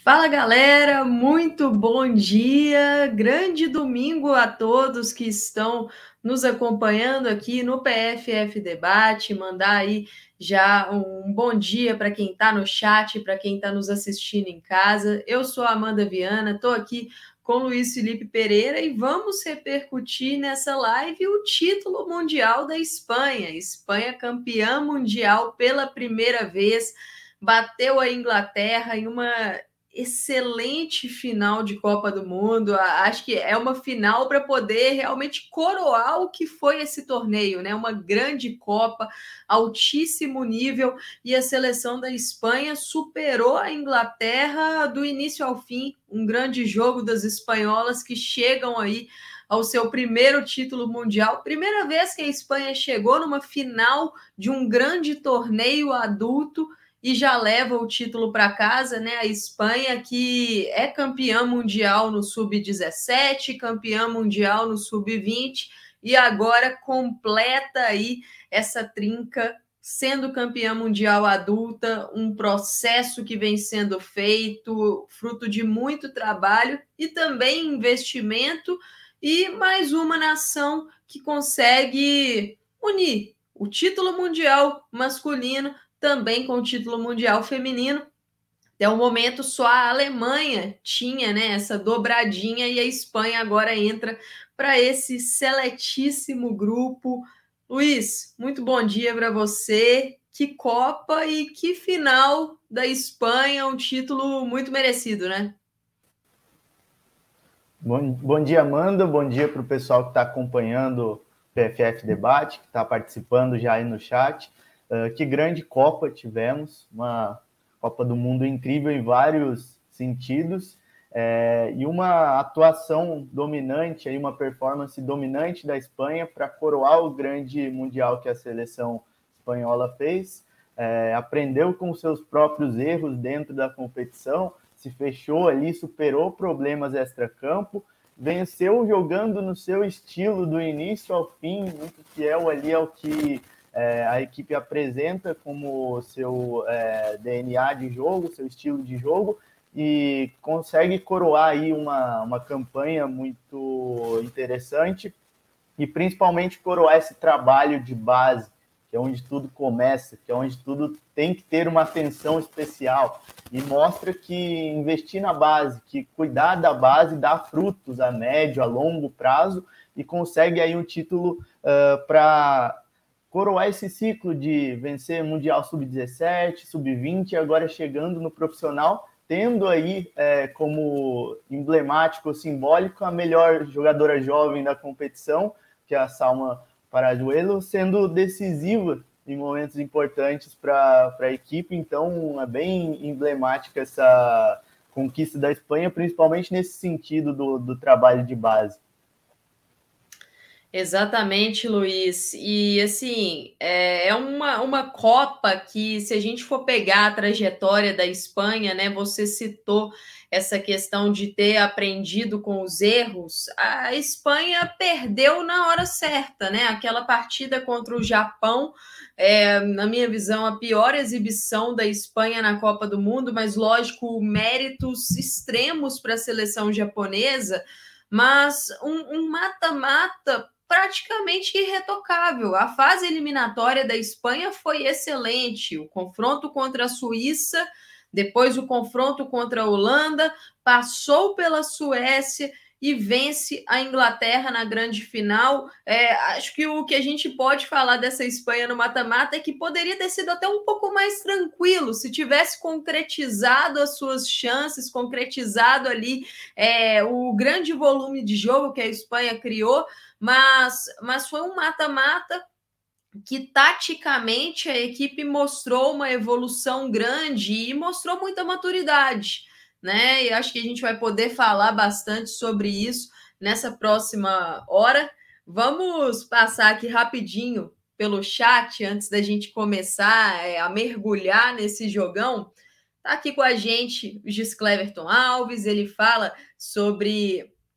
Fala galera, muito bom dia, grande domingo a todos que estão nos acompanhando aqui no PFF Debate. Mandar aí já um bom dia para quem está no chat, para quem está nos assistindo em casa. Eu sou a Amanda Viana, estou aqui com Luiz Felipe Pereira e vamos repercutir nessa live o título mundial da Espanha. Espanha campeã mundial pela primeira vez, bateu a Inglaterra em uma excelente final de Copa do Mundo. Acho que é uma final para poder realmente coroar o que foi esse torneio, né? Uma grande Copa, altíssimo nível, e a seleção da Espanha superou a Inglaterra do início ao fim. Um grande jogo das espanholas que chegam aí ao seu primeiro título mundial. Primeira vez que a Espanha chegou numa final de um grande torneio adulto e já leva o título para casa, né? A Espanha, que é campeã mundial no sub-17, campeã mundial no sub-20 e agora completa aí essa trinca, sendo campeã mundial adulta, um processo que vem sendo feito, fruto de muito trabalho e também investimento, e mais uma nação que consegue unir o título mundial masculino também com o título mundial feminino. Até o momento, só a Alemanha tinha, né, essa dobradinha, e a Espanha agora entra para esse seletíssimo grupo. Luiz, muito bom dia para você. Que Copa e que final da Espanha, um título muito merecido, né? Bom dia, Amanda. Bom dia para o pessoal que está acompanhando o PFF Debate, que está participando já aí no chat. Que grande Copa tivemos, uma Copa do Mundo incrível em vários sentidos, e uma atuação dominante, aí uma performance dominante da Espanha para coroar o grande Mundial que a seleção espanhola fez. Aprendeu com seus próprios erros dentro da competição, se fechou ali, superou problemas extracampo, venceu jogando no seu estilo do início ao fim, muito fiel ali ao que a equipe apresenta como seu DNA de jogo, seu estilo de jogo, e consegue coroar aí uma campanha muito interessante e principalmente coroar esse trabalho de base, que é onde tudo começa, que é onde tudo tem que ter uma atenção especial, e mostra que investir na base, que cuidar da base dá frutos a médio, a longo prazo, e consegue aí um título para coroar esse ciclo de vencer Mundial Sub-17, Sub-20, e agora chegando no profissional, tendo aí como emblemático, simbólico, a melhor jogadora jovem da competição, que é a Salma Parajuelo, sendo decisiva em momentos importantes para a equipe. Então, é bem emblemática essa conquista da Espanha, principalmente nesse sentido do trabalho de base. Exatamente, Luiz. E assim, é uma Copa que, se a gente for pegar a trajetória da Espanha, né? Você citou essa questão de ter aprendido com os erros. A Espanha perdeu na hora certa, né? Aquela partida contra o Japão, na minha visão, a pior exibição da Espanha na Copa do Mundo, mas lógico, méritos extremos para a seleção japonesa, mas um mata-mata praticamente irretocável. A fase eliminatória da Espanha foi excelente. O confronto contra a Suíça, depois o confronto contra a Holanda, passou pela Suécia e vence a Inglaterra na grande final. Acho que o que a gente pode falar dessa Espanha no mata-mata é que poderia ter sido até um pouco mais tranquilo se tivesse concretizado as suas chances, concretizado ali o grande volume de jogo que a Espanha criou, mas foi um mata-mata que taticamente a equipe mostrou uma evolução grande e mostrou muita maturidade, né? E acho que a gente vai poder falar bastante sobre isso nessa próxima hora. Vamos passar aqui rapidinho pelo chat antes da gente começar a mergulhar nesse jogão. Tá aqui com a gente o Giscleverton Alves, ele fala sobre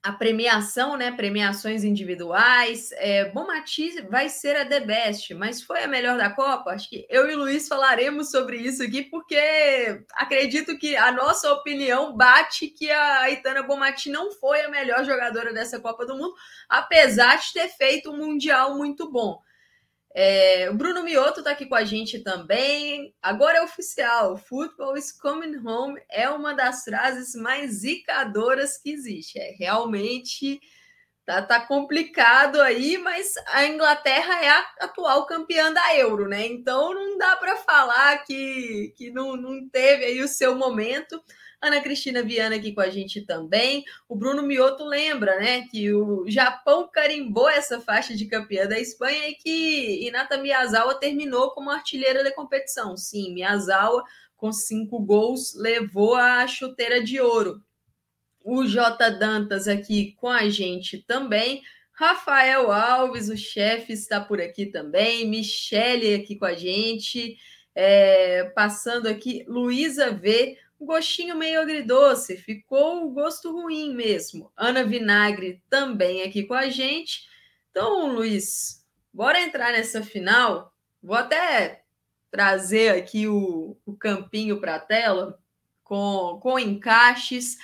a premiação, né? Premiações individuais. Bonmatí vai ser a The Best, mas foi a melhor da Copa? Acho que eu e o Luiz falaremos sobre isso aqui, porque acredito que a nossa opinião bate que a Aitana Bonmatí não foi a melhor jogadora dessa Copa do Mundo, apesar de ter feito um Mundial muito bom. O Bruno Mioto está aqui com a gente também. Agora é oficial. Football is coming home é uma das frases mais zicadoras que existe. Realmente tá complicado aí, mas a Inglaterra é a atual campeã da Euro, né? Então não dá para falar que não teve aí o seu momento. Ana Cristina Viana aqui com a gente também. O Bruno Mioto lembra, né, que o Japão carimbou essa faixa de campeã da Espanha e que Hinata Miyazawa terminou como artilheira da competição. Sim, Miyazawa, com 5 gols, levou a chuteira de ouro. O J. Dantas aqui com a gente também. Rafael Alves, o chefe, está por aqui também. Michele aqui com a gente. Passando aqui, Luísa V. Gostinho meio agridoce, ficou o gosto ruim mesmo. Ana Vinagre também aqui com a gente. Então, Luiz, bora entrar nessa final. Vou até trazer aqui o campinho para a tela com encaixes.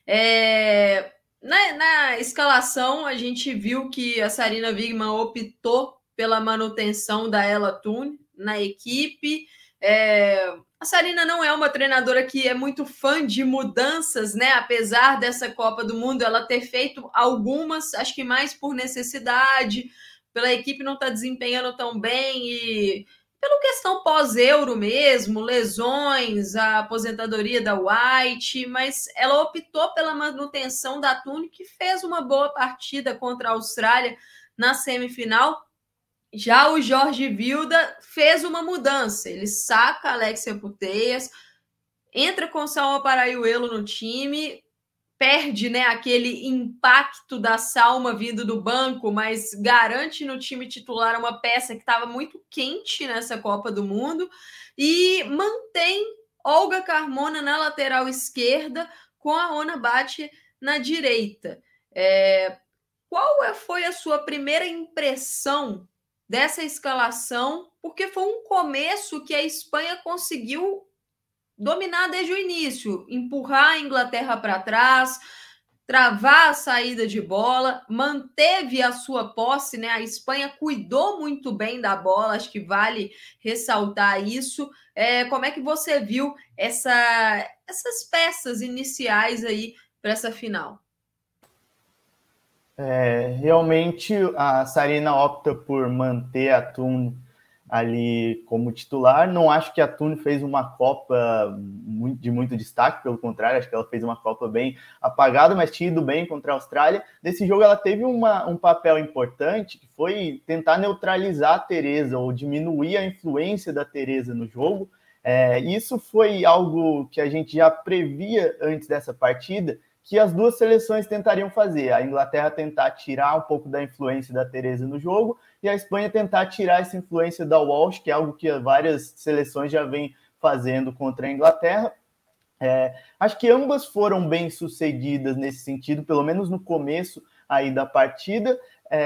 Na escalação, a gente viu que a Sarina Wiegmann optou pela manutenção da Ella Thun na equipe. A Sarina não é uma treinadora que é muito fã de mudanças, né? Apesar dessa Copa do Mundo ela ter feito algumas, acho que mais por necessidade, pela equipe não estar desempenhando tão bem e pela questão pós-euro mesmo, lesões, a aposentadoria da White, mas ela optou pela manutenção da Thun, que fez uma boa partida contra a Austrália na semifinal. Já o Jorge Vilda fez uma mudança. Ele saca a Alexia Putellas, entra com Salma Paraiuelo no time, perde, né, aquele impacto da Salma vindo do banco, mas garante no time titular uma peça que estava muito quente nessa Copa do Mundo e mantém Olga Carmona na lateral esquerda com a Ona Batlle na direita. Qual foi a sua primeira impressão dessa escalação? Porque foi um começo que a Espanha conseguiu dominar desde o início, empurrar a Inglaterra para trás, travar a saída de bola, manteve a sua posse, né? A Espanha cuidou muito bem da bola, acho que vale ressaltar isso. Como é que você viu essas peças iniciais aí para essa final? Realmente a Sarina opta por manter a Thun ali como titular. Não acho que a Thun fez uma Copa de muito destaque, pelo contrário, acho que ela fez uma Copa bem apagada, mas tinha ido bem contra a Austrália. Nesse jogo ela teve um papel importante, que foi tentar neutralizar a Teresa, ou diminuir a influência da Teresa no jogo. Isso foi algo que a gente já previa antes dessa partida, que as duas seleções tentariam fazer. A Inglaterra tentar tirar um pouco da influência da Teresa no jogo e a Espanha tentar tirar essa influência da Walsh, que é algo que várias seleções já vêm fazendo contra a Inglaterra. Acho que ambas foram bem sucedidas nesse sentido, pelo menos no começo aí da partida.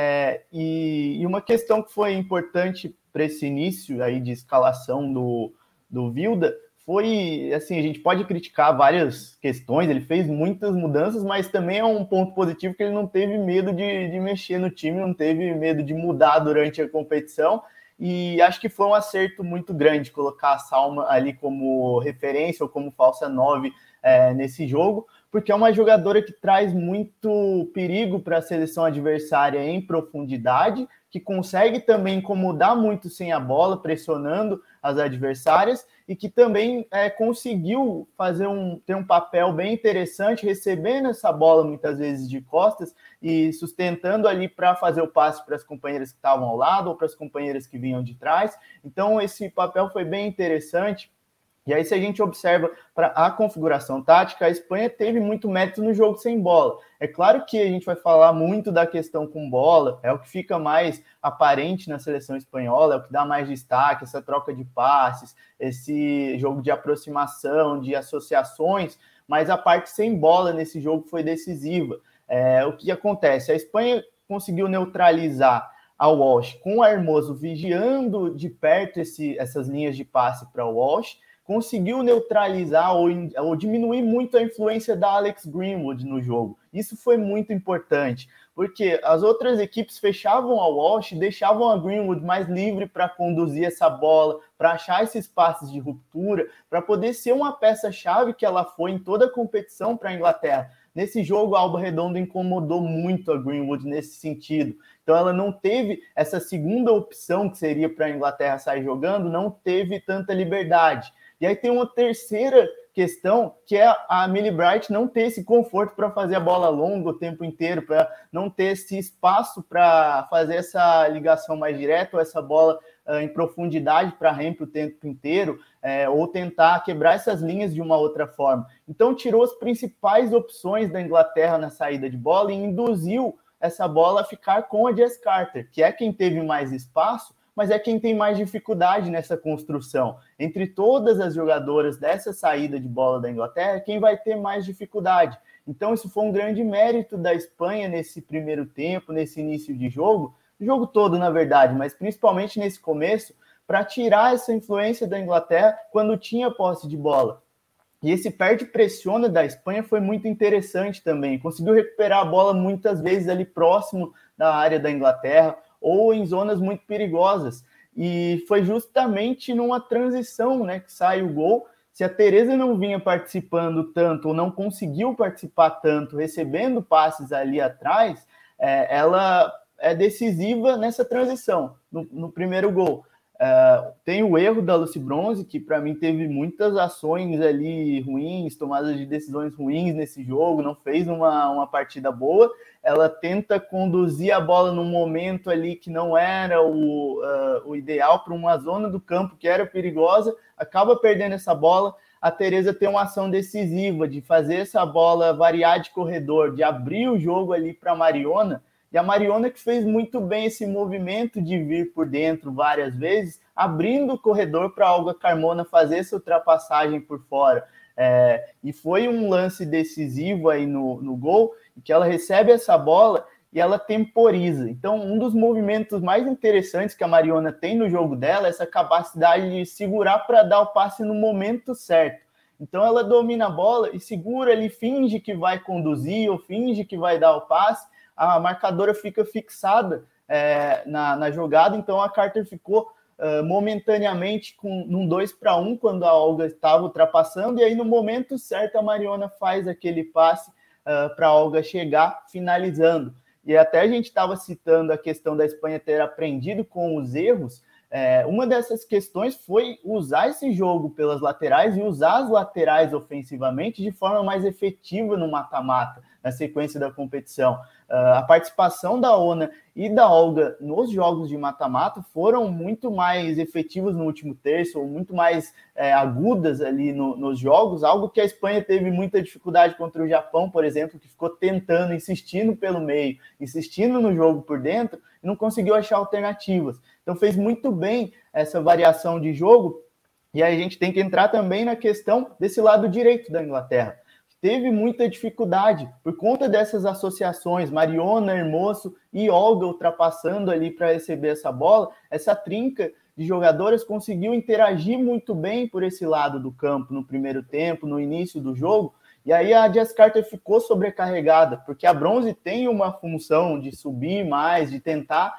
E uma questão que foi importante para esse início aí de escalação do Vilda foi, assim, a gente pode criticar várias questões, ele fez muitas mudanças, mas também é um ponto positivo que ele não teve medo de mexer no time, não teve medo de mudar durante a competição, e acho que foi um acerto muito grande colocar a Salma ali como referência ou como falsa 9 nesse jogo, porque é uma jogadora que traz muito perigo para a seleção adversária em profundidade, que consegue também incomodar muito sem a bola, pressionando as adversárias, e que também conseguiu ter um papel bem interessante, recebendo essa bola muitas vezes de costas e sustentando ali para fazer o passe para as companheiras que estavam ao lado ou para as companheiras que vinham de trás. Então esse papel foi bem interessante. E aí, se a gente observa para a configuração tática, a Espanha teve muito mérito no jogo sem bola. É claro que a gente vai falar muito da questão com bola, é o que fica mais aparente na seleção espanhola, é o que dá mais destaque, essa troca de passes, esse jogo de aproximação, de associações, mas a parte sem bola nesse jogo foi decisiva. O que acontece? A Espanha conseguiu neutralizar a Walsh com o Hermoso vigiando de perto essas linhas de passe para o Walsh, conseguiu neutralizar ou diminuir muito a influência da Alex Greenwood no jogo. Isso foi muito importante, porque as outras equipes fechavam a Walsh e deixavam a Greenwood mais livre para conduzir essa bola, para achar esses passes de ruptura, para poder ser uma peça-chave que ela foi em toda a competição para a Inglaterra. Nesse jogo, a Alba Redonda incomodou muito a Greenwood nesse sentido. Então, ela não teve essa segunda opção, que seria para a Inglaterra sair jogando, não teve tanta liberdade. E aí tem uma terceira questão, que é a Millie Bright não ter esse conforto para fazer a bola longa o tempo inteiro, para não ter esse espaço para fazer essa ligação mais direta, ou essa bola em profundidade para Hemp o tempo inteiro, ou tentar quebrar essas linhas de uma outra forma. Então tirou as principais opções da Inglaterra na saída de bola e induziu essa bola a ficar com a Jess Carter, que é quem teve mais espaço, mas é quem tem mais dificuldade nessa construção. Entre todas as jogadoras dessa saída de bola da Inglaterra, quem vai ter mais dificuldade. Então isso foi um grande mérito da Espanha nesse primeiro tempo, nesse início de jogo todo, na verdade, mas principalmente nesse começo, para tirar essa influência da Inglaterra quando tinha posse de bola. E esse perde-pressiona da Espanha foi muito interessante também. Conseguiu recuperar a bola muitas vezes ali próximo da área da Inglaterra ou em zonas muito perigosas. E foi justamente numa transição, né, que sai o gol. Se a Tereza não vinha participando tanto ou não conseguiu participar tanto, recebendo passes ali atrás, ela é decisiva nessa transição, no primeiro gol. Tem o erro da Lucy Bronze, que para mim teve muitas ações ali ruins, tomadas de decisões ruins nesse jogo, não fez uma partida boa. Ela tenta conduzir a bola num momento ali que não era o ideal para uma zona do campo que era perigosa, acaba perdendo essa bola. A Tereza tem uma ação decisiva de fazer essa bola variar de corredor, de abrir o jogo ali para a Mariona. E a Mariona que fez muito bem esse movimento de vir por dentro várias vezes, abrindo o corredor para a Olga Carmona fazer essa ultrapassagem por fora. E foi um lance decisivo aí no gol, que ela recebe essa bola e ela temporiza. Então, um dos movimentos mais interessantes que a Mariona tem no jogo dela é essa capacidade de segurar para dar o passe no momento certo. Então, ela domina a bola e segura ali, finge que vai conduzir ou finge que vai dar o passe, a marcadora fica fixada na jogada, então a Carter ficou momentaneamente num 2-1 quando a Olga estava ultrapassando, e aí no momento certo a Mariona faz aquele passe para a Olga chegar finalizando. E até a gente estava citando a questão da Espanha ter aprendido com os erros. Uma dessas questões foi usar esse jogo pelas laterais e usar as laterais ofensivamente de forma mais efetiva no mata-mata, na sequência da competição. A participação da Ona e da Olga nos jogos de mata-mata foram muito mais efetivas no último terço, ou muito mais agudas ali nos jogos, algo que a Espanha teve muita dificuldade contra o Japão, por exemplo, que ficou tentando, insistindo pelo meio, insistindo no jogo por dentro, e não conseguiu achar alternativas. Então fez muito bem essa variação de jogo, e aí a gente tem que entrar também na questão desse lado direito da Inglaterra. Teve muita dificuldade por conta dessas associações, Mariona, Hermoso e Olga ultrapassando ali para receber essa bola. Essa trinca de jogadoras conseguiu interagir muito bem por esse lado do campo no primeiro tempo, no início do jogo, e aí a Jess Carter ficou sobrecarregada, porque a Bronze tem uma função de subir mais, de tentar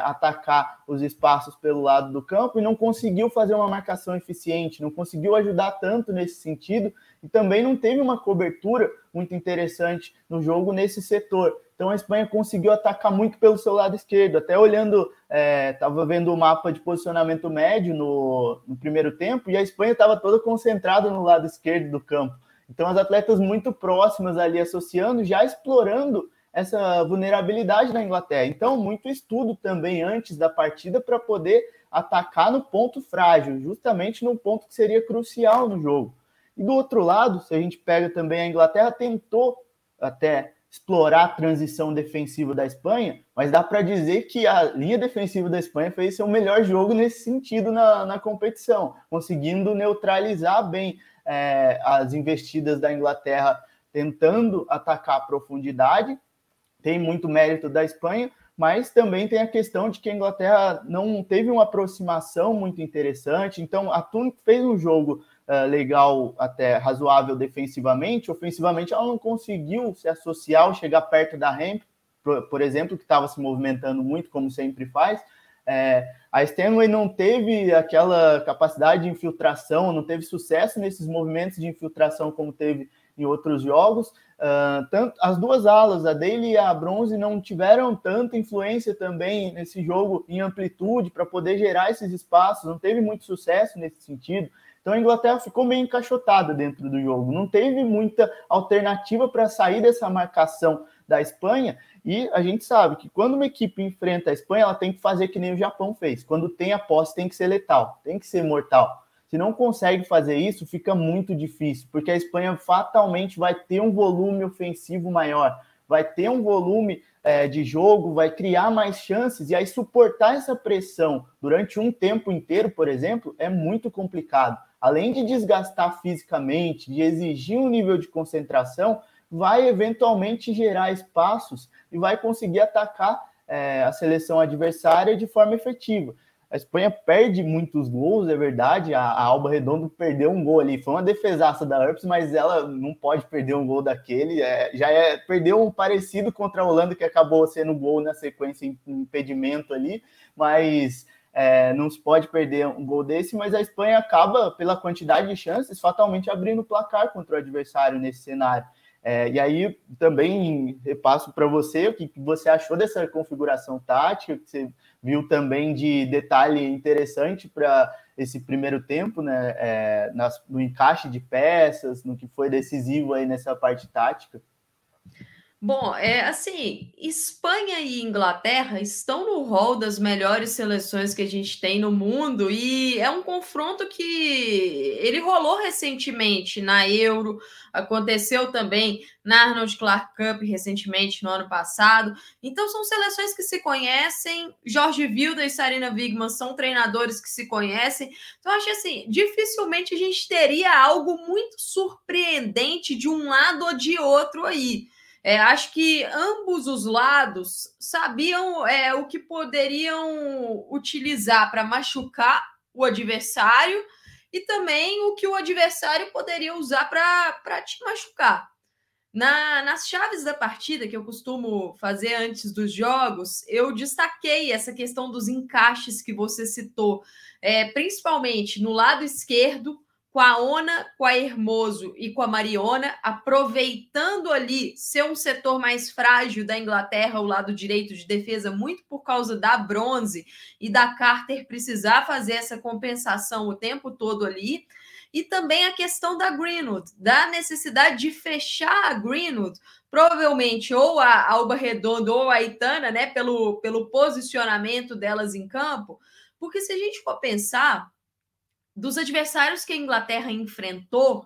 atacar os espaços pelo lado do campo, e não conseguiu fazer uma marcação eficiente, não conseguiu ajudar tanto nesse sentido, e também não teve uma cobertura muito interessante no jogo nesse setor. Então a Espanha conseguiu atacar muito pelo seu lado esquerdo, até olhando, estava vendo o mapa de posicionamento médio no primeiro tempo, e a Espanha estava toda concentrada no lado esquerdo do campo. Então as atletas muito próximas ali associando, já explorando essa vulnerabilidade da Inglaterra. Então, muito estudo também antes da partida para poder atacar no ponto frágil, justamente no ponto que seria crucial no jogo. E do outro lado, se a gente pega também a Inglaterra, tentou até explorar a transição defensiva da Espanha, mas dá para dizer que a linha defensiva da Espanha fez seu melhor jogo nesse sentido na competição, conseguindo neutralizar bem as investidas da Inglaterra, tentando atacar a profundidade, tem muito mérito da Espanha, mas também tem a questão de que a Inglaterra não teve uma aproximação muito interessante. Então, a Túnez fez um jogo legal, até razoável defensivamente. Ofensivamente, ela não conseguiu se associar ou chegar perto da Hemp, por exemplo, que estava se movimentando muito, como sempre faz. A Stanley não teve aquela capacidade de infiltração, não teve sucesso nesses movimentos de infiltração como teve em outros jogos. Tanto as duas alas, a Daly e a Bronze, não tiveram tanta influência também nesse jogo em amplitude para poder gerar esses espaços, não teve muito sucesso nesse sentido. Então a Inglaterra ficou meio encaixotada dentro do jogo, não teve muita alternativa para sair dessa marcação da Espanha. E a gente sabe que quando uma equipe enfrenta a Espanha, ela tem que fazer que nem o Japão fez. Quando tem a posse, tem que ser letal, tem que ser mortal. Se não consegue fazer isso, fica muito difícil, porque a Espanha fatalmente vai ter um volume ofensivo maior, vai ter um volume de jogo, vai criar mais chances, e aí suportar essa pressão durante um tempo inteiro, por exemplo, é muito complicado. Além de desgastar fisicamente, de exigir um nível de concentração, vai eventualmente gerar espaços e vai conseguir atacar a seleção adversária de forma efetiva. A Espanha perde muitos gols, é verdade. A Alba Redondo perdeu um gol ali. Foi uma defesaça da Urps, mas ela não pode perder um gol daquele. Perdeu um parecido contra a Holanda, que acabou sendo gol na sequência em impedimento ali. Mas não se pode perder um gol desse. Mas a Espanha acaba, pela quantidade de chances, fatalmente abrindo o placar contra o adversário nesse cenário. E aí também repasso para você o que você achou dessa configuração tática, que você viu também de detalhe interessante para esse primeiro tempo, né? No encaixe de peças, no que foi decisivo aí nessa parte tática. Bom, assim, Espanha e Inglaterra estão no rol das melhores seleções que a gente tem no mundo e é um confronto que ele rolou recentemente na Euro, aconteceu também na Arnold Clark Cup recentemente no ano passado. Então são seleções que se conhecem, Jorge Vilda e Sarina Wiegman são treinadores que se conhecem. Então acho assim, dificilmente a gente teria algo muito surpreendente de um lado ou de outro aí. Acho que ambos os lados sabiam o que poderiam utilizar para machucar o adversário e também o que o adversário poderia usar para te machucar. Nas chaves da partida, que eu costumo fazer antes dos jogos, eu destaquei essa questão dos encaixes que você citou, principalmente no lado esquerdo, com a Ona, com a Hermoso e com a Mariona, aproveitando ali ser um setor mais frágil da Inglaterra, o lado direito de defesa, muito por causa da Bronze e da Carter precisar fazer essa compensação o tempo todo ali. E também a questão da Greenwood, da necessidade de fechar a Greenwood, provavelmente ou a Alba Redondo ou a Aitana, né, pelo posicionamento delas em campo, porque se a gente for pensar, dos adversários que a Inglaterra enfrentou,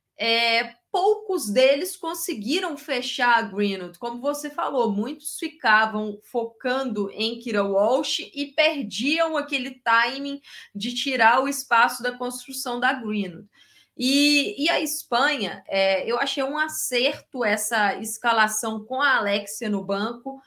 poucos deles conseguiram fechar a Greenwood. Como você falou, muitos ficavam focando em Kira Walsh e perdiam aquele timing de tirar o espaço da construção da Greenwood. E a Espanha, eu achei um acerto essa escalação com a Alexia no banco.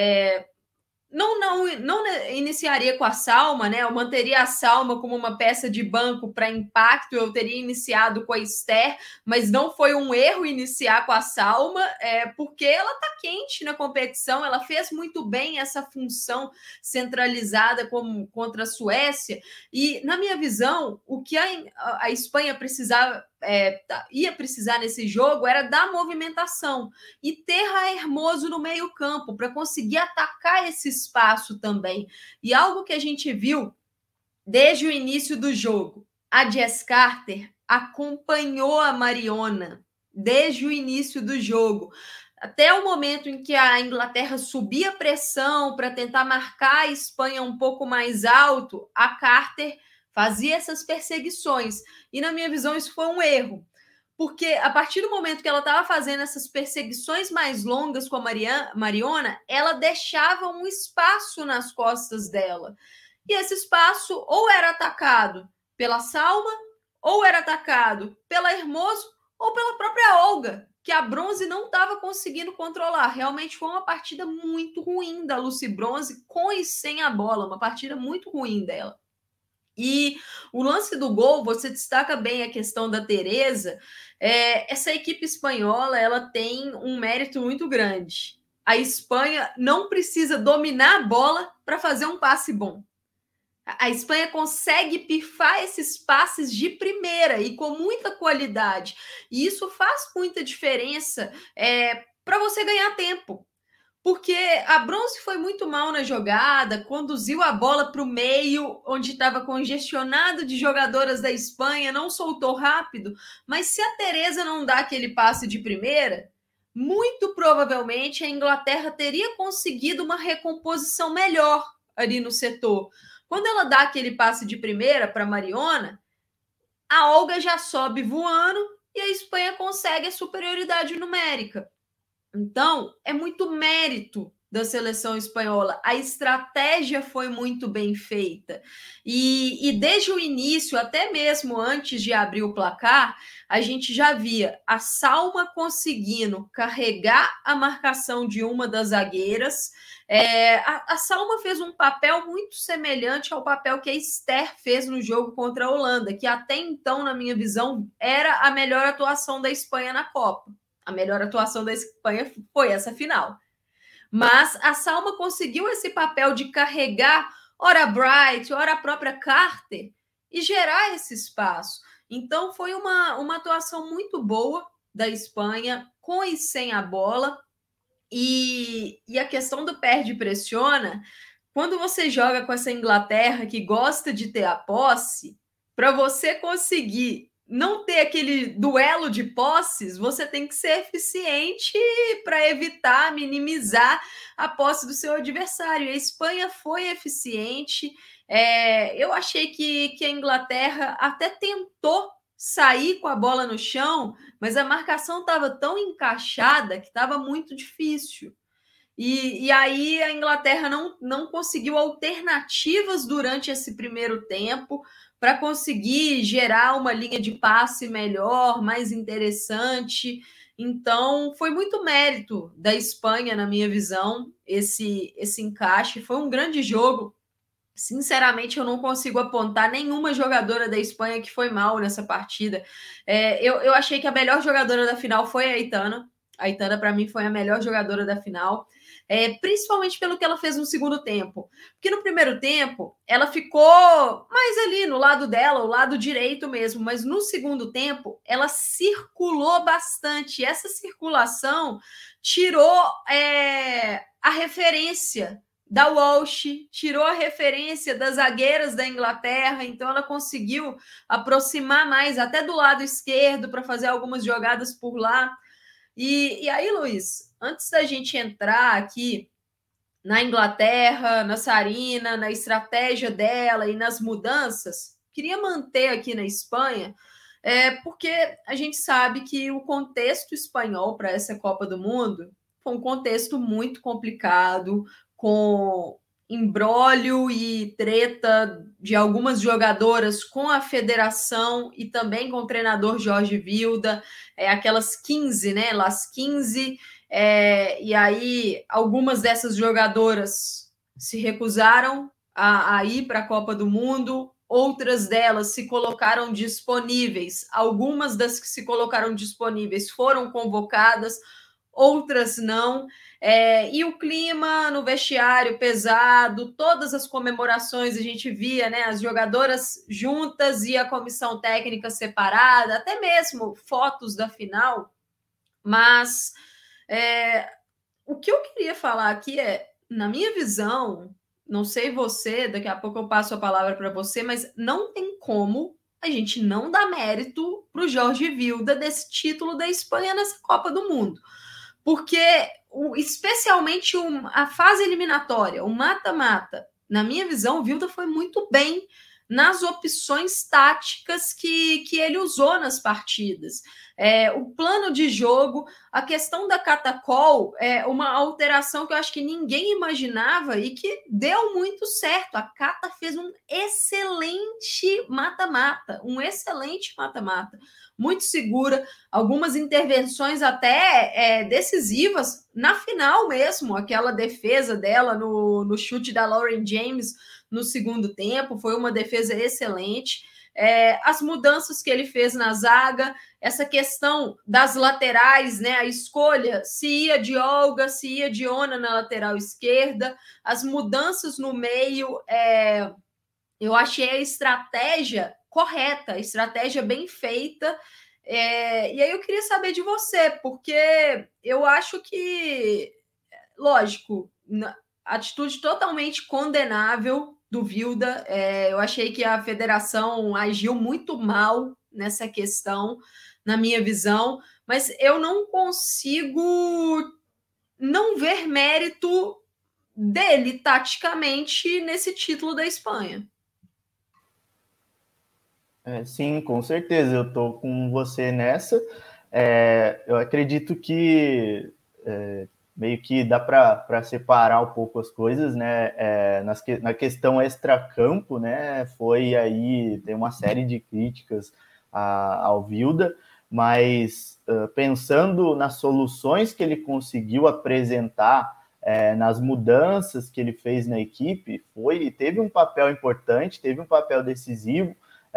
Não iniciaria com a Salma, né? Eu manteria a Salma como uma peça de banco para impacto. Eu teria iniciado com a Esther, mas não foi um erro iniciar com a Salma, porque ela está quente na competição. Ela fez muito bem essa função centralizada contra a Suécia. E, na minha visão, o que a Espanha ia precisar nesse jogo era da movimentação e ter a Hermoso no meio-campo para conseguir atacar esse espaço também. E algo que a gente viu desde o início do jogo, a Jess Carter acompanhou a Mariona desde o início do jogo. Até o momento em que a Inglaterra subia a pressão para tentar marcar a Espanha um pouco mais alto, a Carter fazia essas perseguições. E, na minha visão, isso foi um erro. Porque a partir do momento que ela estava fazendo essas perseguições mais longas com a Mariona, ela deixava um espaço nas costas dela. E esse espaço ou era atacado pela Salma, ou era atacado pela Hermoso, ou pela própria Olga, que a Bronze não estava conseguindo controlar. Realmente foi uma partida muito ruim da Lucy Bronze, com e sem a bola, uma partida muito ruim dela. E o lance do gol, você destaca bem a questão da Teresa. Essa equipe espanhola, ela tem um mérito muito grande. A Espanha não precisa dominar a bola para fazer um passe bom. A Espanha consegue pifar esses passes de primeira e com muita qualidade. E isso faz muita diferença para você ganhar tempo. Porque a Bronze foi muito mal na jogada, conduziu a bola para o meio, onde estava congestionado de jogadoras da Espanha, não soltou rápido. Mas se a Teresa não dá aquele passe de primeira, muito provavelmente a Inglaterra teria conseguido uma recomposição melhor ali no setor. Quando ela dá aquele passe de primeira para Mariona, a Olga já sobe voando e a Espanha consegue a superioridade numérica. Então, é muito mérito da seleção espanhola. A estratégia foi muito bem feita. E desde o início, até mesmo antes de abrir o placar, a gente já via a Salma conseguindo carregar a marcação de uma das zagueiras. A Salma fez um papel muito semelhante ao papel que a Esther fez no jogo contra a Holanda, que até então, na minha visão, era a melhor atuação da Espanha na Copa. A melhor atuação da Espanha foi essa final. Mas a Salma conseguiu esse papel de carregar, ora Bright, ora a própria Carter, e gerar esse espaço. Então, foi uma atuação muito boa da Espanha, com e sem a bola. E a questão do perde e pressiona, quando você joga com essa Inglaterra que gosta de ter a posse, para você conseguir não ter aquele duelo de posses, você tem que ser eficiente para evitar, minimizar a posse do seu adversário. A Espanha foi eficiente. Eu achei que a Inglaterra até tentou sair com a bola no chão, mas a marcação estava tão encaixada que estava muito difícil. E aí a Inglaterra não conseguiu alternativas durante esse primeiro tempo para conseguir gerar uma linha de passe melhor, mais interessante. Então, foi muito mérito da Espanha, na minha visão, esse encaixe. Foi um grande jogo. Sinceramente, eu não consigo apontar nenhuma jogadora da Espanha que foi mal nessa partida. Eu achei que a melhor jogadora da final foi a Aitana. A Aitana, para mim, foi a melhor jogadora da final. Principalmente pelo que ela fez no segundo tempo. Porque no primeiro tempo, ela ficou mais ali no lado dela, o lado direito mesmo. Mas no segundo tempo, ela circulou bastante. Essa circulação tirou a referência da Walsh, tirou a referência das zagueiras da Inglaterra, então ela conseguiu aproximar mais, até do lado esquerdo, para fazer algumas jogadas por lá. E aí, Luiz, antes da gente entrar aqui na Inglaterra, na Sarina, na estratégia dela e nas mudanças, queria manter aqui na Espanha, porque a gente sabe que o contexto espanhol para essa Copa do Mundo foi um contexto muito complicado, com imbróglio e treta de algumas jogadoras com a federação e também com o treinador Jorge Vilda, aquelas 15, né? Las 15, e aí algumas dessas jogadoras se recusaram a ir para a Copa do Mundo, outras delas se colocaram disponíveis, algumas das que se colocaram disponíveis foram convocadas, outras não. E o clima no vestiário pesado, todas as comemorações a gente via, né, as jogadoras juntas e a comissão técnica separada, até mesmo fotos da final. Mas o que eu queria falar aqui na minha visão, não sei você, daqui a pouco eu passo a palavra para você, mas não tem como a gente não dar mérito para o Jorge Vilda desse título da Espanha nessa Copa do Mundo. Porque, especialmente a fase eliminatória, o mata-mata, na minha visão, o Vilda foi muito bem nas opções táticas que ele usou nas partidas. O plano de jogo, a questão da Catacol é uma alteração que eu acho que ninguém imaginava e que deu muito certo. A Cata fez um excelente mata-mata, muito segura, algumas intervenções até decisivas, na final mesmo, aquela defesa dela no chute da Lauren James no segundo tempo, foi uma defesa excelente. As mudanças que ele fez na zaga, essa questão das laterais, né, a escolha, se ia de Olga, se ia de Ona na lateral esquerda, as mudanças no meio, eu achei a estratégia correta, a estratégia bem feita. E aí eu queria saber de você, porque eu acho que, lógico, atitude totalmente condenável do Vilda. Eu achei que a federação agiu muito mal nessa questão, na minha visão, mas eu não consigo não ver mérito dele taticamente nesse título da Espanha. Sim, com certeza, eu estou com você nessa. Eu acredito que meio que dá para separar um pouco as coisas, né? Na questão extracampo, né? Tem uma série de críticas ao Vilda, mas pensando nas soluções que ele conseguiu apresentar, nas mudanças que ele fez na equipe, teve um papel importante, teve um papel decisivo.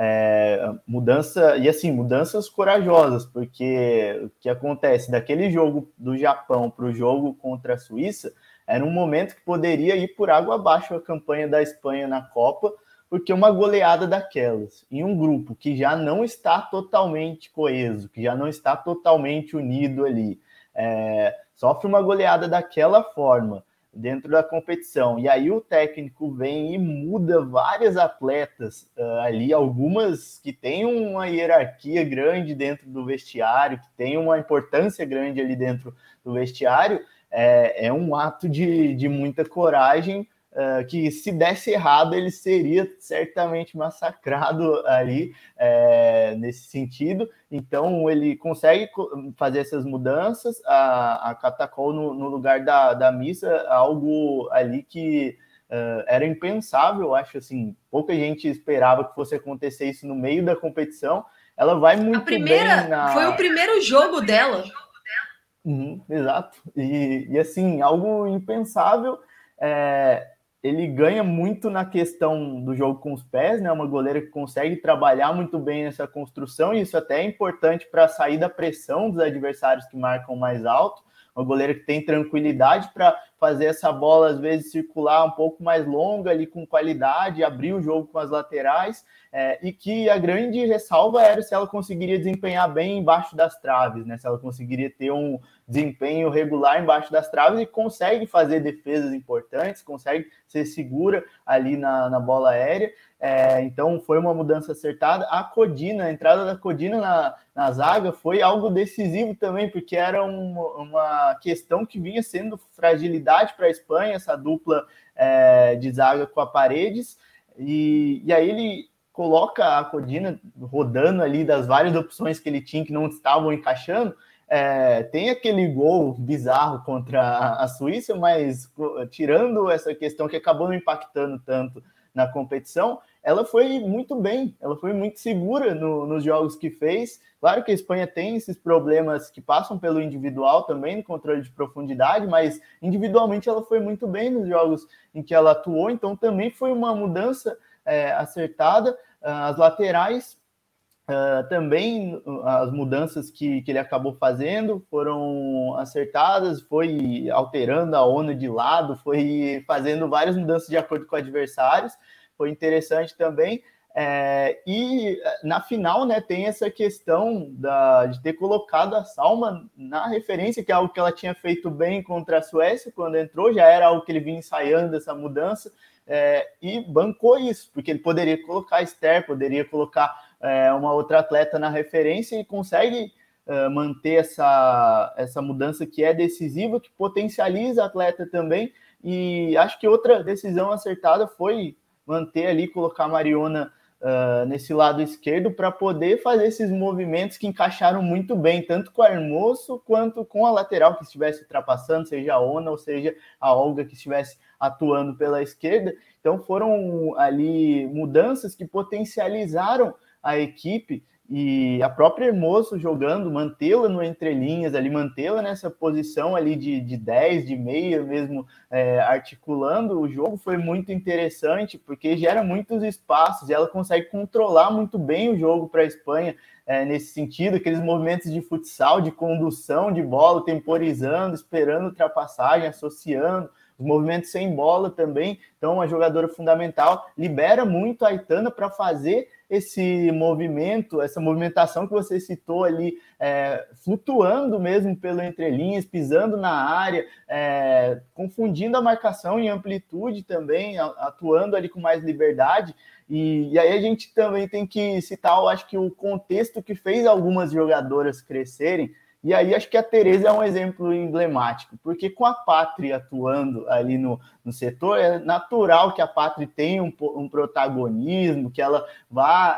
Mudanças corajosas, porque o que acontece daquele jogo do Japão para o jogo contra a Suíça era um momento que poderia ir por água abaixo a campanha da Espanha na Copa, porque uma goleada daquelas em um grupo que já não está totalmente coeso, que já não está totalmente unido ali, sofre uma goleada daquela forma dentro da competição, e aí o técnico vem e muda várias atletas ali, algumas que têm uma hierarquia grande dentro do vestiário, que têm uma importância grande ali dentro do vestiário. É um ato de muita coragem, que se desse errado ele seria certamente massacrado ali, nesse sentido. Então ele consegue fazer essas mudanças, a Catacol no lugar da Missa, algo ali que era impensável, acho assim, pouca gente esperava que fosse acontecer isso no meio da competição. Ela vai muito bem foi o primeiro jogo dela. Exato, e assim, algo impensável. Ele ganha muito na questão do jogo com os pés, né? Uma goleira que consegue trabalhar muito bem nessa construção, e isso até é importante para sair da pressão dos adversários que marcam mais alto. Uma goleira que tem tranquilidade para fazer essa bola, às vezes, circular um pouco mais longa ali, com qualidade, abrir o jogo com as laterais, e que a grande ressalva era se ela conseguiria desempenhar bem embaixo das traves, né? Se ela conseguiria ter um desempenho regular embaixo das traves, e consegue fazer defesas importantes, consegue ser segura ali na bola aérea. Então foi uma mudança acertada. A entrada da Codina na zaga foi algo decisivo também, porque era uma questão que vinha sendo fragilidade para a Espanha, essa dupla de zaga com a Paredes, e aí ele coloca a Codina rodando ali das várias opções que ele tinha que não estavam encaixando. Tem aquele gol bizarro contra a Suíça, mas tirando essa questão que acabou não impactando tanto na competição, ela foi muito bem, ela foi muito segura nos jogos que fez. Claro que a Espanha tem esses problemas que passam pelo individual também, no controle de profundidade, mas individualmente ela foi muito bem nos jogos em que ela atuou, então também foi uma mudança acertada. As laterais, também as mudanças que ele acabou fazendo foram acertadas, foi alterando a Ona de lado, foi fazendo várias mudanças de acordo com adversários, foi interessante também. E na final, né, tem essa questão de ter colocado a Salma na referência, que é algo que ela tinha feito bem contra a Suécia quando entrou, já era algo que ele vinha ensaiando, essa mudança, e bancou isso, porque ele poderia colocar a Esther, poderia colocar uma outra atleta na referência, e consegue manter essa mudança que é decisiva, que potencializa a atleta também. E acho que outra decisão acertada foi manter ali, colocar a Mariona nesse lado esquerdo para poder fazer esses movimentos que encaixaram muito bem, tanto com a Hermoso quanto com a lateral que estivesse ultrapassando, seja a Ona ou seja a Olga que estivesse atuando pela esquerda. Então foram ali mudanças que potencializaram a equipe e a própria Hermoso jogando, mantê-la no entrelinhas ali, mantê-la nessa posição ali de 10, de meia mesmo, articulando o jogo, foi muito interessante, porque gera muitos espaços, e ela consegue controlar muito bem o jogo para a Espanha, nesse sentido, aqueles movimentos de futsal, de condução de bola, temporizando, esperando ultrapassagem, associando, os movimentos sem bola também. Então, uma jogadora fundamental, libera muito a Aitana para fazer esse movimento, essa movimentação que você citou ali, flutuando mesmo pelo entrelinhas, pisando na área, confundindo a marcação em amplitude também, atuando ali com mais liberdade. E aí a gente também tem que citar, eu acho que o contexto que fez algumas jogadoras crescerem. E aí acho que a Tereza é um exemplo emblemático, porque com a Patri atuando ali no setor, é natural que a Patri tenha um protagonismo, que ela vá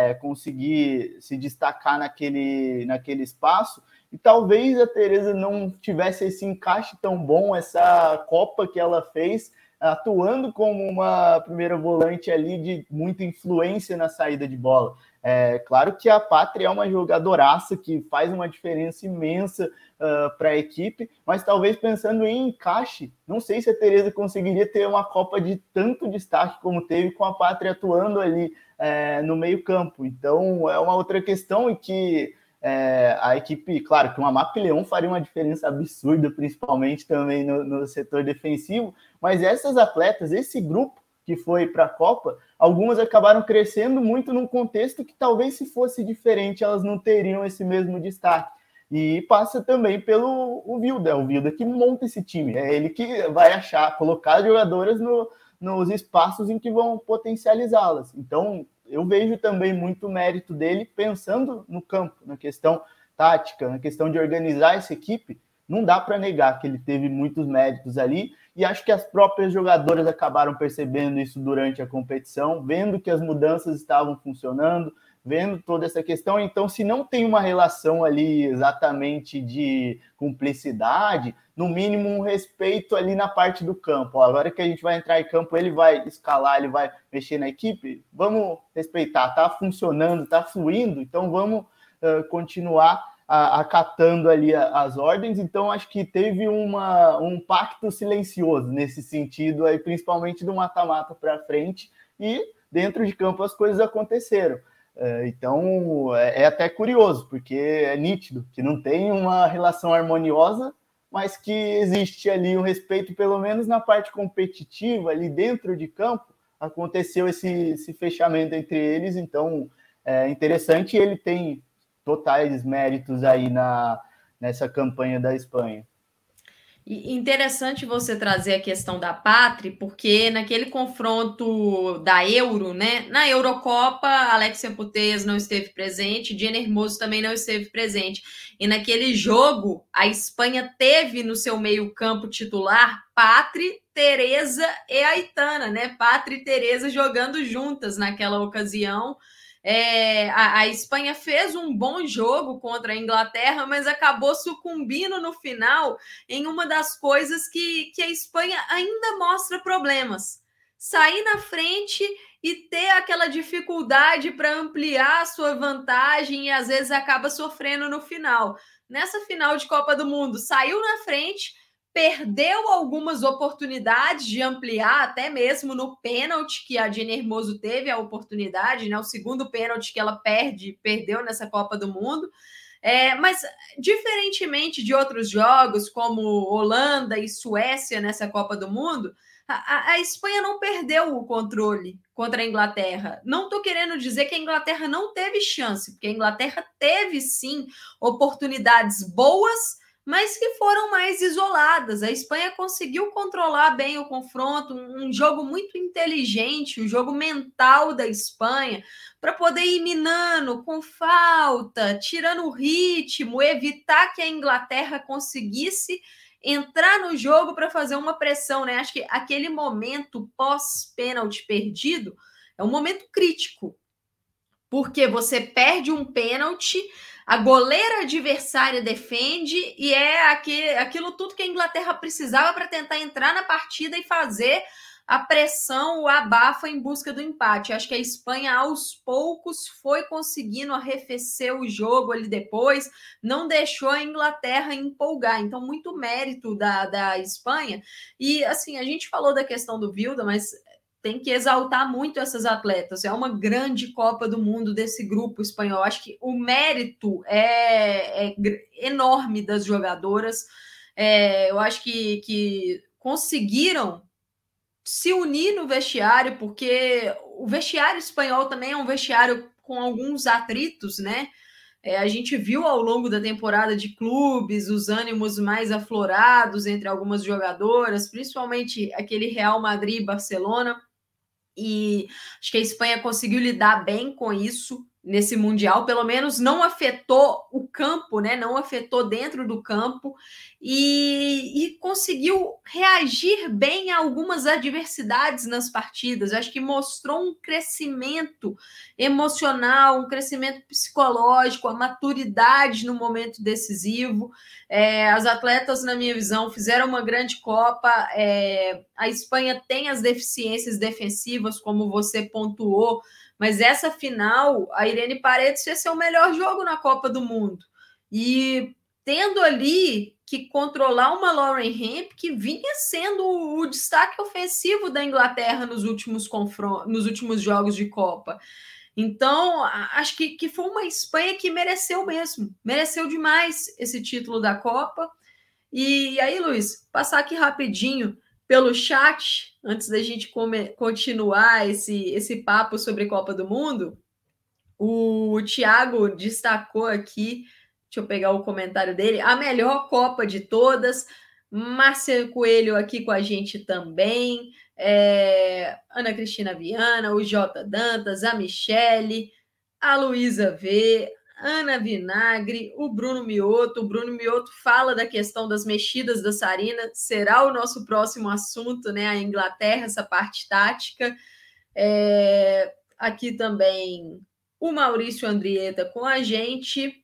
conseguir se destacar naquele espaço, e talvez a Tereza não tivesse esse encaixe tão bom, essa Copa que ela fez, atuando como uma primeira volante ali de muita influência na saída de bola. Claro que a Pátria é uma jogadoraça que faz uma diferença imensa para a equipe, mas talvez pensando em encaixe, não sei se a Tereza conseguiria ter uma Copa de tanto destaque como teve com a Pátria atuando ali no meio campo. Então é uma outra questão em que a equipe, claro que uma Map Leão faria uma diferença absurda, principalmente também no setor defensivo, mas essas atletas, esse grupo que foi para a Copa, algumas acabaram crescendo muito num contexto que talvez se fosse diferente, elas não teriam esse mesmo destaque. E passa também pelo o Vilda que monta esse time, é ele que vai colocar as jogadoras nos espaços em que vão potencializá-las. Então, eu vejo também muito mérito dele pensando no campo, na questão tática, na questão de organizar essa equipe. Não dá para negar que ele teve muitos méritos ali, e acho que as próprias jogadoras acabaram percebendo isso durante a competição, vendo que as mudanças estavam funcionando, vendo toda essa questão. Então, se não tem uma relação ali exatamente de cumplicidade, no mínimo um respeito ali na parte do campo. Agora que a gente vai entrar em campo, ele vai escalar, ele vai mexer na equipe, vamos respeitar, tá funcionando, tá fluindo, então vamos continuar acatando ali as ordens. Então acho que teve um pacto silencioso nesse sentido, aí, principalmente do mata-mata para frente, e dentro de campo as coisas aconteceram. Então é até curioso, porque é nítido que não tem uma relação harmoniosa, mas que existe ali um respeito, pelo menos na parte competitiva, ali dentro de campo, aconteceu esse fechamento entre eles. Então é interessante, e ele tem totais méritos aí nessa campanha da Espanha. E interessante você trazer a questão da Patri, porque naquele confronto da Euro, né? Na Eurocopa, Alexia Putellas não esteve presente, Jenner Hermoso também não esteve presente. E naquele jogo, a Espanha teve no seu meio-campo titular Patri, Tereza e Aitana, né? Patri e Tereza jogando juntas naquela ocasião. A Espanha fez um bom jogo contra a Inglaterra, mas acabou sucumbindo no final em uma das coisas que a Espanha ainda mostra problemas. Sair na frente e ter aquela dificuldade para ampliar a sua vantagem e às vezes acaba sofrendo no final. Nessa final de Copa do Mundo, saiu na frente, perdeu algumas oportunidades de ampliar, até mesmo no pênalti que a Jenner Hermoso teve a oportunidade, né? O segundo pênalti que ela perdeu nessa Copa do Mundo. Mas, diferentemente de outros jogos, como Holanda e Suécia nessa Copa do Mundo, a Espanha não perdeu o controle contra a Inglaterra. Não estou querendo dizer que a Inglaterra não teve chance, porque a Inglaterra teve, sim, oportunidades boas, mas que foram mais isoladas. A Espanha conseguiu controlar bem o confronto, um jogo muito inteligente, o jogo mental da Espanha, para poder ir minando com falta, tirando o ritmo, evitar que a Inglaterra conseguisse entrar no jogo para fazer uma pressão, né? Acho que aquele momento pós-pênalti perdido é um momento crítico. porque você perde um pênalti, a goleira adversária defende e é aquilo tudo que a Inglaterra precisava para tentar entrar na partida e fazer a pressão, o abafa em busca do empate. Acho que a Espanha, aos poucos, foi conseguindo arrefecer o jogo ali depois, não deixou a Inglaterra empolgar. Então, muito mérito da Espanha. E, assim, a gente falou da questão do Vilda, mas tem que exaltar muito essas atletas. É uma grande Copa do Mundo desse grupo espanhol. Acho que o mérito é enorme das jogadoras. Eu acho que conseguiram se unir no vestiário, porque o vestiário espanhol também é um vestiário com alguns atritos, né? A gente viu ao longo da temporada de clubes os ânimos mais aflorados entre algumas jogadoras, principalmente aquele Real Madrid e Barcelona, e acho que a Espanha conseguiu lidar bem com isso nesse Mundial, pelo menos não afetou o campo, né? Não afetou dentro do campo e conseguiu reagir bem a algumas adversidades nas partidas. Acho que mostrou um crescimento emocional, um crescimento psicológico, a maturidade no momento decisivo. As atletas, na minha visão, fizeram uma grande Copa. A Espanha tem as deficiências defensivas, como você pontuou, mas essa final, a Irene Paredes fez seu melhor jogo na Copa do Mundo. E tendo ali que controlar uma Lauren Hemp, que vinha sendo o destaque ofensivo da Inglaterra nos últimos jogos de Copa. Então, acho que foi uma Espanha que mereceu mesmo, mereceu demais esse título da Copa. E aí, Luiz, passar aqui rapidinho pelo chat, antes da gente continuar esse papo sobre Copa do Mundo. O Thiago destacou aqui, deixa eu pegar o comentário dele, a melhor Copa de todas. Márcia Coelho aqui com a gente também. Ana Cristina Viana, o J. Dantas, a Michele, a Luísa V, Ana Vinagre, o Bruno Mioto. O Bruno Mioto fala da questão das mexidas da Sarina, será o nosso próximo assunto, né? A Inglaterra, essa parte tática. Aqui também o Maurício Andrieta com a gente.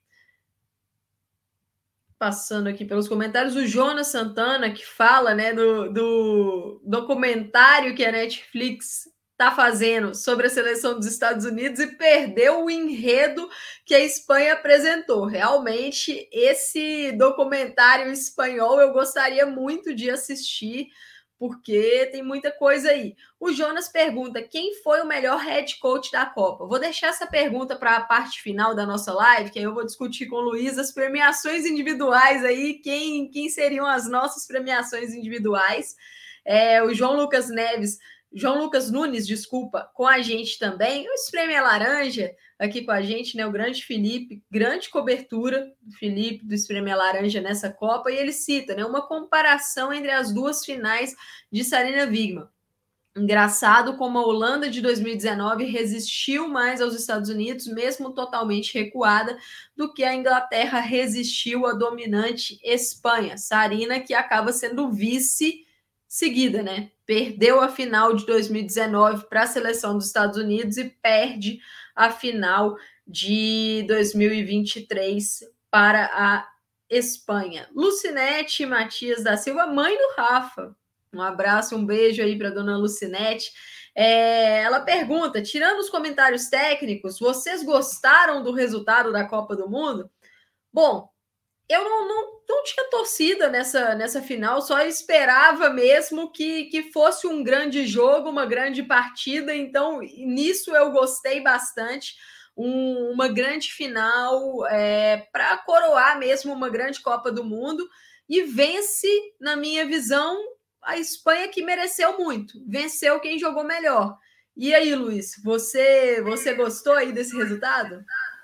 Passando aqui pelos comentários, o Jonas Santana, que fala, né, do documentário que a Netflix está fazendo sobre a seleção dos Estados Unidos e perdeu o enredo que a Espanha apresentou. Realmente, esse documentário espanhol eu gostaria muito de assistir, porque tem muita coisa aí. O Jonas pergunta, quem foi o melhor head coach da Copa? Vou deixar essa pergunta para a parte final da nossa live, que aí eu vou discutir com o Luiz as premiações individuais aí, quem seriam as nossas premiações individuais. O João Lucas Nunes, desculpa, com a gente também. O Espreme Laranja aqui com a gente, né? O grande Felipe, grande cobertura do Felipe do Espreme Laranja nessa Copa, e ele cita, né, uma comparação entre as duas finais de Sarina Wiegman. Engraçado como a Holanda de 2019 resistiu mais aos Estados Unidos, mesmo totalmente recuada, do que a Inglaterra resistiu à dominante Espanha. Sarina, que acaba sendo vice seguida, né? Perdeu a final de 2019 para a seleção dos Estados Unidos e perde a final de 2023 para a Espanha. Lucinete Matias da Silva, mãe do Rafa. Um abraço, um beijo aí para a dona Lucinete. Ela pergunta, tirando os comentários técnicos, vocês gostaram do resultado da Copa do Mundo? Bom, eu não tinha torcida nessa final, só esperava mesmo que fosse um grande jogo, uma grande partida, então nisso eu gostei bastante, uma grande final para coroar mesmo uma grande Copa do Mundo, e vence, na minha visão, a Espanha, que mereceu muito, venceu quem jogou melhor. E aí, Luiz, você gostou aí desse resultado?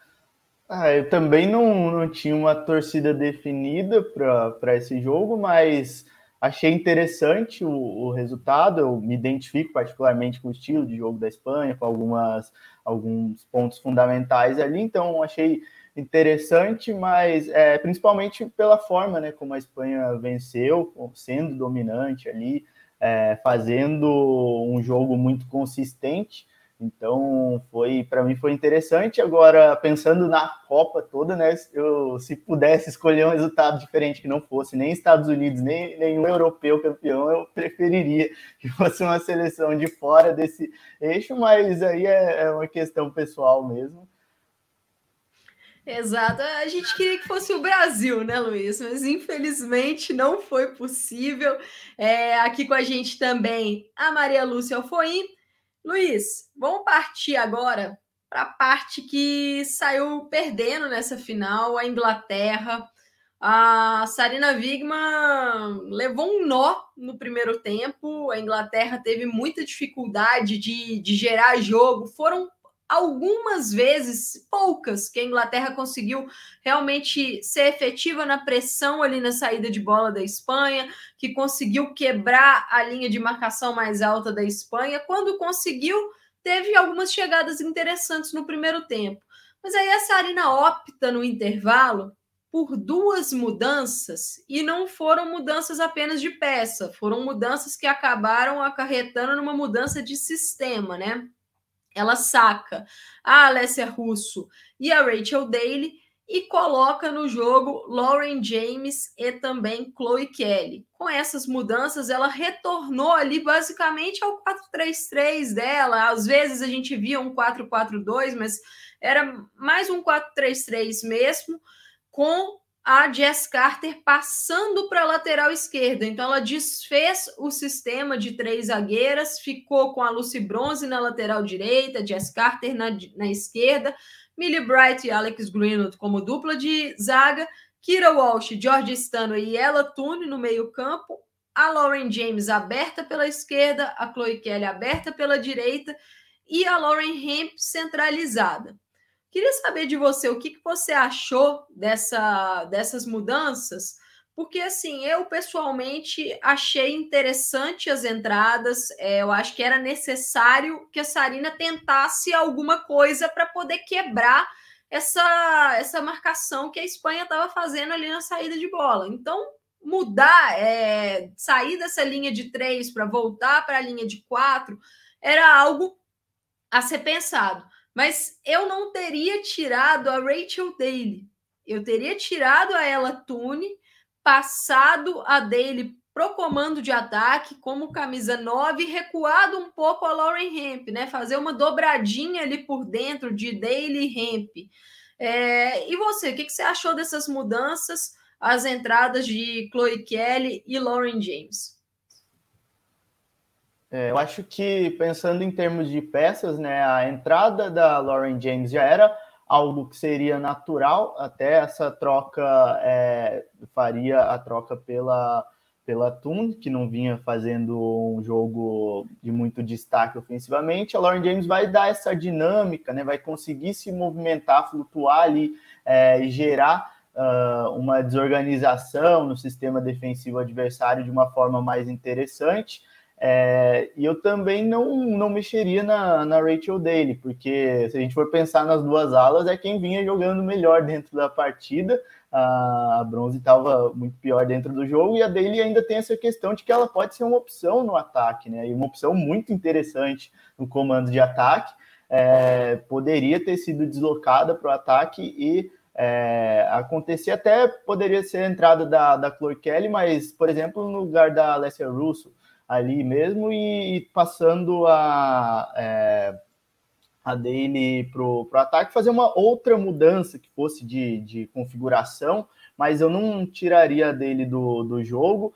Eu também não tinha uma torcida definida para esse jogo, mas achei interessante o resultado. Eu me identifico particularmente com o estilo de jogo da Espanha, com alguns pontos fundamentais ali, então achei interessante, mas principalmente pela forma, né, como a Espanha venceu, sendo dominante ali, fazendo um jogo muito consistente. Então, para mim foi interessante. Agora, pensando na Copa toda, né, se pudesse escolher um resultado diferente que não fosse nem Estados Unidos, nem nenhum europeu campeão, eu preferiria que fosse uma seleção de fora desse eixo, mas aí é uma questão pessoal mesmo. Exato. A gente queria que fosse o Brasil, né, Luiz? Mas infelizmente não foi possível. Aqui com a gente também a Maria Lúcia Alfoim. Luiz, vamos partir agora para a parte que saiu perdendo nessa final, a Inglaterra. A Sarina Wiegman levou um nó no primeiro tempo. A Inglaterra teve muita dificuldade de gerar jogo. Foram algumas vezes, poucas, que a Inglaterra conseguiu realmente ser efetiva na pressão ali na saída de bola da Espanha, que conseguiu quebrar a linha de marcação mais alta da Espanha. Quando conseguiu, teve algumas chegadas interessantes no primeiro tempo. Mas aí a Sarina opta no intervalo por duas mudanças, e não foram mudanças apenas de peça, foram mudanças que acabaram acarretando numa mudança de sistema, né? Ela saca a Alessia Russo e a Rachel Daly e coloca no jogo Lauren James e também Chloe Kelly. Com essas mudanças, ela retornou ali basicamente ao 4-3-3 dela. Às vezes a gente via um 4-4-2, mas era mais um 4-3-3 mesmo, com a Jess Carter passando para a lateral esquerda. Então, ela desfez o sistema de 3 zagueiras, ficou com a Lucy Bronze na lateral direita, Jess Carter na esquerda, Millie Bright e Alex Greenwood como dupla de zaga, Kira Walsh, Georgia Stanway e Ella Toone no meio-campo, a Lauren James aberta pela esquerda, a Chloe Kelly aberta pela direita e a Lauren Hemp centralizada. Queria saber de você o que você achou dessas mudanças, porque assim, eu pessoalmente achei interessante as entradas, eu acho que era necessário que a Sarina tentasse alguma coisa para poder quebrar essa marcação que a Espanha estava fazendo ali na saída de bola. Então, mudar, sair dessa linha de 3 para voltar para a linha de 4, era algo a ser pensado. Mas eu não teria tirado a Rachel Daly. Eu teria tirado a Ella Toone, passado a Daly pro comando de ataque como camisa 9 e recuado um pouco a Lauren Hemp, né? Fazer uma dobradinha ali por dentro de Daly e Hemp. E você, o que você achou dessas mudanças, as entradas de Chloe Kelly e Lauren James? Eu acho que, pensando em termos de peças, né, a entrada da Lauren James já era algo que seria natural, até essa troca faria a troca pela Toone, que não vinha fazendo um jogo de muito destaque ofensivamente. A Lauren James vai dar essa dinâmica, né, vai conseguir se movimentar, flutuar ali e gerar uma desorganização no sistema defensivo adversário de uma forma mais interessante. E eu também não mexeria na Rachel Daly, porque se a gente for pensar nas duas alas, é quem vinha jogando melhor dentro da partida. A Bronze estava muito pior dentro do jogo, e a Daly ainda tem essa questão de que ela pode ser uma opção no ataque, né? E uma opção muito interessante no comando de ataque. Poderia ter sido deslocada para o ataque e acontecer, até poderia ser a entrada da Chloe Kelly, mas, por exemplo, no lugar da Alessia Russo, ali mesmo, e passando a Daly para o ataque, fazer uma outra mudança que fosse de configuração, mas eu não tiraria a Daly do jogo.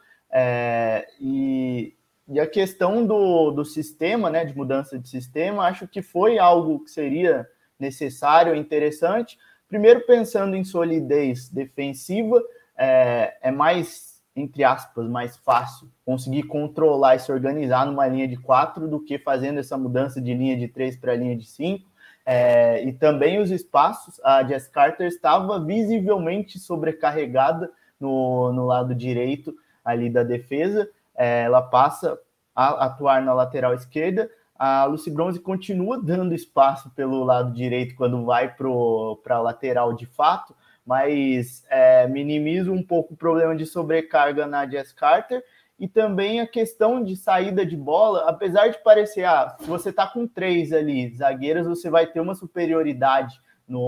E a questão do sistema, né, de mudança de sistema, acho que foi algo que seria necessário, interessante. Primeiro, pensando em solidez defensiva, é mais, entre aspas, mais fácil conseguir controlar e se organizar numa linha de 4 do que fazendo essa mudança de linha de 3 para a linha de 5. E também os espaços, a Jess Carter estava visivelmente sobrecarregada no lado direito ali da defesa. Ela passa a atuar na lateral esquerda. A Lucy Bronze continua dando espaço pelo lado direito quando vai para a lateral de fato, mas minimiza um pouco o problema de sobrecarga na Jess Carter e também a questão de saída de bola, apesar de parecer, se você está com 3 ali, zagueiras, você vai ter uma superioridade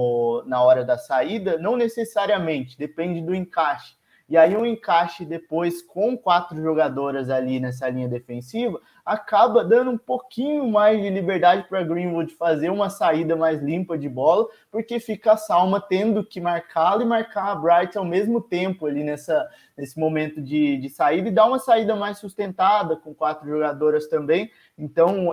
na hora da saída, não necessariamente, depende do encaixe. E aí um encaixe depois com 4 jogadoras ali nessa linha defensiva acaba dando um pouquinho mais de liberdade para a Greenwood fazer uma saída mais limpa de bola, porque fica a Salma tendo que marcá-la e marcar a Bright ao mesmo tempo ali nesse momento de saída, e dar uma saída mais sustentada com 4 jogadoras também. Então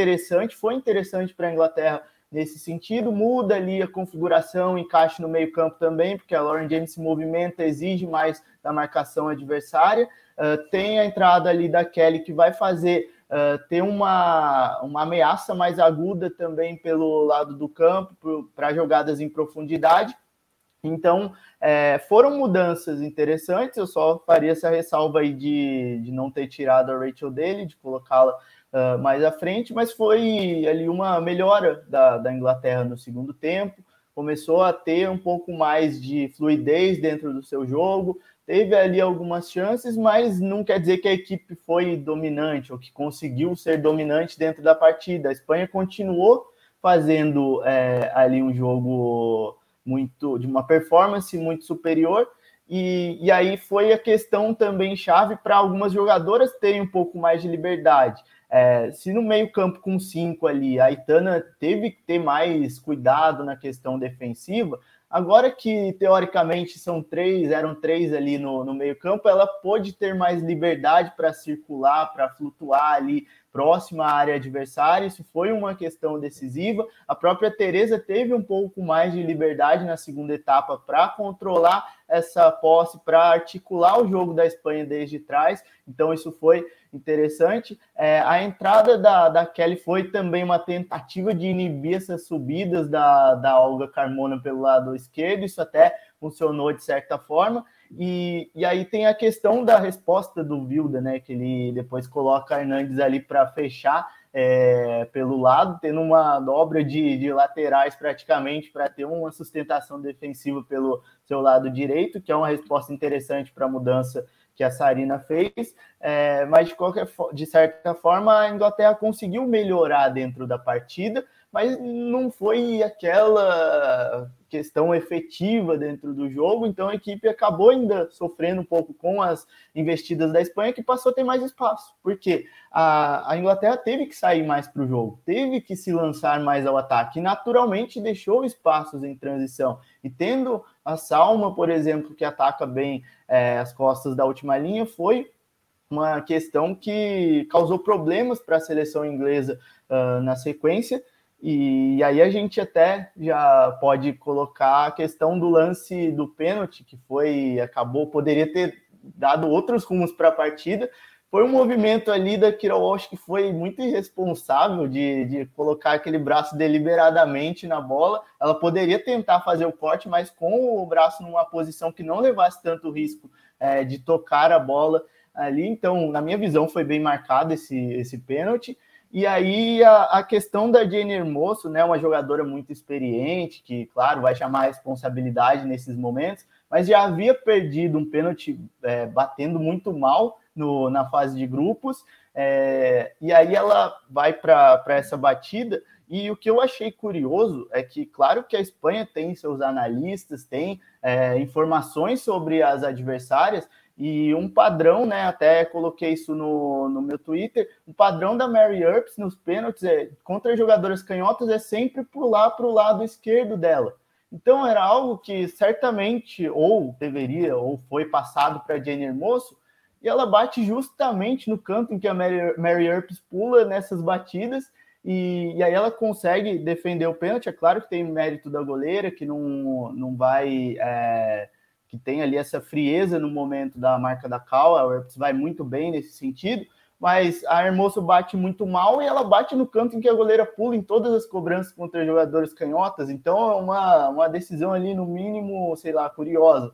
foi interessante para a Inglaterra nesse sentido. Muda ali a configuração, encaixe no meio campo também, porque a Lauren James se movimenta, exige mais da marcação adversária. Tem a entrada ali da Kelly, que vai fazer ter uma ameaça mais aguda também pelo lado do campo, para jogadas em profundidade. Então, foram mudanças interessantes. Eu só faria essa ressalva aí de não ter tirado a Rachel Daly, de colocá-la mais à frente, mas foi ali uma melhora da Inglaterra no segundo tempo, começou a ter um pouco mais de fluidez dentro do seu jogo, teve ali algumas chances, mas não quer dizer que a equipe foi dominante, ou que conseguiu ser dominante dentro da partida. A Espanha continuou fazendo ali um jogo de uma performance muito superior, e aí foi a questão também chave para algumas jogadoras terem um pouco mais de liberdade. Se no meio campo com 5 ali, a Aitana teve que ter mais cuidado na questão defensiva, agora que teoricamente eram 3 ali no meio campo, ela pôde ter mais liberdade para circular, para flutuar ali próxima à área adversária. Isso foi uma questão decisiva. A própria Teresa teve um pouco mais de liberdade na segunda etapa para controlar essa posse, para articular o jogo da Espanha desde trás. Então isso foi interessante. A entrada da Kelly foi também uma tentativa de inibir essas subidas da Olga Carmona pelo lado esquerdo. Isso até funcionou de certa forma. E aí tem a questão da resposta do Wilda, né, que ele depois coloca a Hernandes ali para fechar pelo lado, tendo uma dobra de laterais praticamente para ter uma sustentação defensiva pelo seu lado direito, que é uma resposta interessante para a mudança que a Sarina fez, mas de certa forma a Inglaterra conseguiu melhorar dentro da partida, mas não foi aquela questão efetiva dentro do jogo. Então a equipe acabou ainda sofrendo um pouco com as investidas da Espanha, que passou a ter mais espaço, porque a Inglaterra teve que sair mais para o jogo, teve que se lançar mais ao ataque, e naturalmente deixou espaços em transição, e tendo a Salma, por exemplo, que ataca bem as costas da última linha, foi uma questão que causou problemas para a seleção inglesa na sequência. E aí a gente até já pode colocar a questão do lance do pênalti, que poderia ter dado outros rumos para a partida. Foi um movimento ali da Kira Walsh que foi muito irresponsável de colocar aquele braço deliberadamente na bola. Ela poderia tentar fazer o corte, mas com o braço numa posição que não levasse tanto risco de tocar a bola ali. Então, na minha visão, foi bem marcado esse pênalti. E aí a questão da Jane Hermoso, né, uma jogadora muito experiente, que, claro, vai chamar a responsabilidade nesses momentos, mas já havia perdido um pênalti batendo muito mal na fase de grupos, e aí ela vai para essa batida. E o que eu achei curioso é que, claro que a Espanha tem seus analistas, tem informações sobre as adversárias, e um padrão, né, até coloquei isso no meu Twitter, um padrão da Mary Earps nos pênaltis contra jogadoras canhotas é sempre pular para o lado esquerdo dela. Então era algo que certamente ou deveria, ou foi passado para a Jane Hermoso, e ela bate justamente no canto em que a Mary Earps pula nessas batidas, e aí ela consegue defender o pênalti. É claro que tem mérito da goleira, que não vai... que tem ali essa frieza no momento da marca da cal. A Earps vai muito bem nesse sentido, mas a Hermoso bate muito mal, e ela bate no canto em que a goleira pula em todas as cobranças contra jogadores canhotas. Então é uma decisão ali, no mínimo, sei lá, curiosa.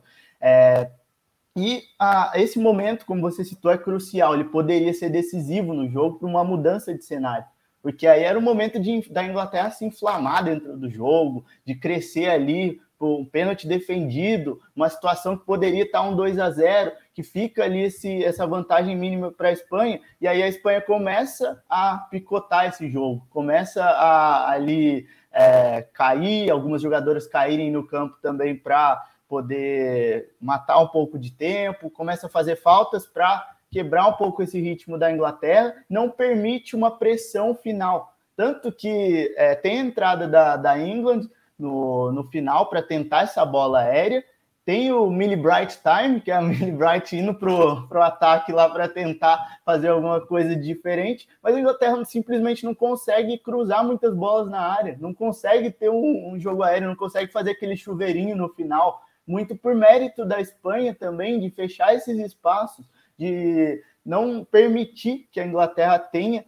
E esse momento, como você citou, é crucial. Ele poderia ser decisivo no jogo para uma mudança de cenário, porque aí era o momento da Inglaterra se inflamar dentro do jogo, de crescer ali um pênalti defendido, uma situação que poderia estar um 2-0, que fica ali essa vantagem mínima para a Espanha, e aí a Espanha começa a picotar esse jogo, começa a ali cair, algumas jogadoras caírem no campo também para poder matar um pouco de tempo, começa a fazer faltas para quebrar um pouco esse ritmo da Inglaterra, não permite uma pressão final. Tanto que tem a entrada da England no final para tentar essa bola aérea, tem o Millie Bright Time, que é a Millie Bright indo pro ataque lá para tentar fazer alguma coisa diferente, mas a Inglaterra simplesmente não consegue cruzar muitas bolas na área, não consegue ter um jogo aéreo, não consegue fazer aquele chuveirinho no final, muito por mérito da Espanha também, de fechar esses espaços, de não permitir que a Inglaterra tenha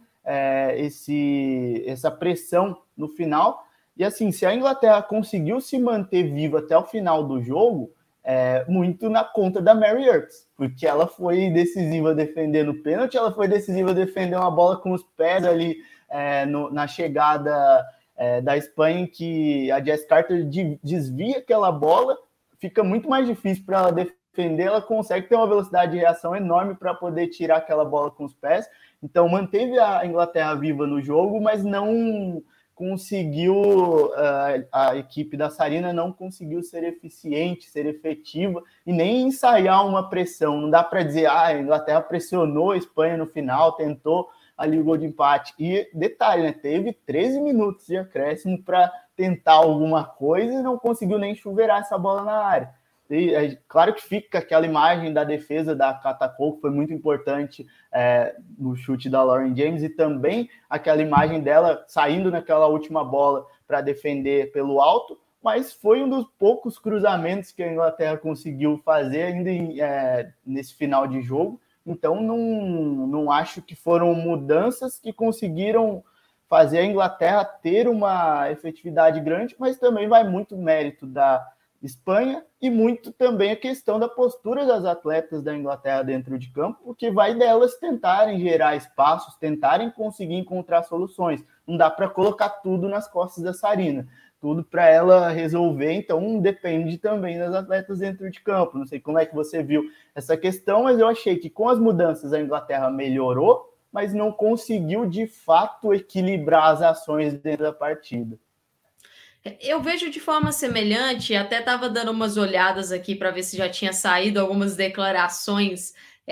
essa pressão no final. E assim, se a Inglaterra conseguiu se manter viva até o final do jogo, muito na conta da Mary Earps, porque ela foi decisiva defendendo o pênalti, ela foi decisiva defendendo uma bola com os pés ali na chegada da Espanha, em que a Jess Carter desvia aquela bola, fica muito mais difícil para ela defender, ela consegue ter uma velocidade de reação enorme para poder tirar aquela bola com os pés. Então manteve a Inglaterra viva no jogo, mas não conseguiu, a equipe da Sarina não conseguiu ser eficiente, ser efetiva e nem ensaiar uma pressão. Não dá para dizer, a Inglaterra pressionou a Espanha no final, tentou ali o gol de empate. E detalhe, né, teve 13 minutos de acréscimo para tentar alguma coisa e não conseguiu nem chuveirar essa bola na área. E, claro que fica aquela imagem da defesa da Catacol, que foi muito importante no chute da Lauren James, e também aquela imagem dela saindo naquela última bola para defender pelo alto, mas foi um dos poucos cruzamentos que a Inglaterra conseguiu fazer ainda nesse final de jogo. Então não acho que foram mudanças que conseguiram fazer a Inglaterra ter uma efetividade grande, mas também vai muito mérito da Espanha e muito também a questão da postura das atletas da Inglaterra dentro de campo, porque vai delas tentarem gerar espaços, tentarem conseguir encontrar soluções. Não dá para colocar tudo nas costas da Sarina, tudo para ela resolver, então depende também das atletas dentro de campo. Não sei como é que você viu essa questão, mas eu achei que com as mudanças a Inglaterra melhorou, mas não conseguiu de fato equilibrar as ações dentro da partida. Eu vejo de forma semelhante, até estava dando umas olhadas aqui para ver se já tinha saído algumas declarações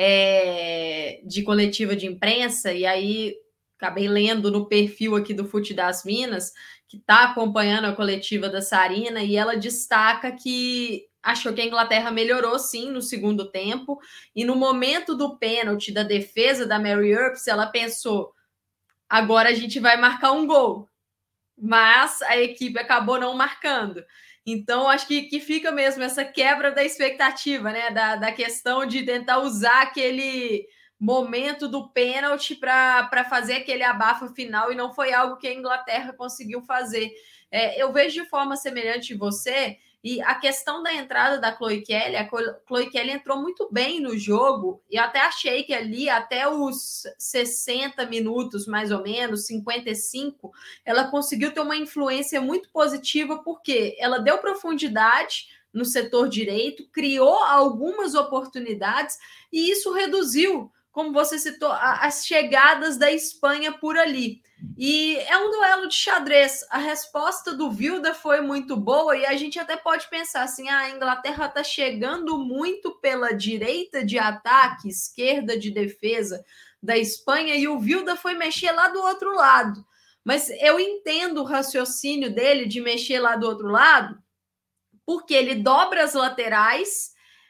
de coletiva de imprensa, e aí acabei lendo no perfil aqui do Fute das Minas, que está acompanhando a coletiva da Sarina, e ela destaca que achou que a Inglaterra melhorou sim no segundo tempo, e no momento do pênalti da defesa da Mary Earps, ela pensou, agora a gente vai marcar um gol. Mas a equipe acabou não marcando. Então, acho que fica mesmo essa quebra da expectativa, né? Da questão de tentar usar aquele momento do pênalti para fazer aquele abafo final, e não foi algo que a Inglaterra conseguiu fazer. Eu vejo de forma semelhante de você, e a questão da entrada da Chloe Kelly, a Chloe Kelly entrou muito bem no jogo, e até achei que ali, até os 60 minutos, mais ou menos, 55, ela conseguiu ter uma influência muito positiva, porque ela deu profundidade no setor direito, criou algumas oportunidades, e isso reduziu, como você citou, as chegadas da Espanha por ali. E é um duelo de xadrez. A resposta do Vilda foi muito boa, e a gente até pode pensar assim, a Inglaterra está chegando muito pela direita de ataque, esquerda de defesa da Espanha, e o Vilda foi mexer lá do outro lado. Mas eu entendo o raciocínio dele de mexer lá do outro lado, porque ele dobra as laterais,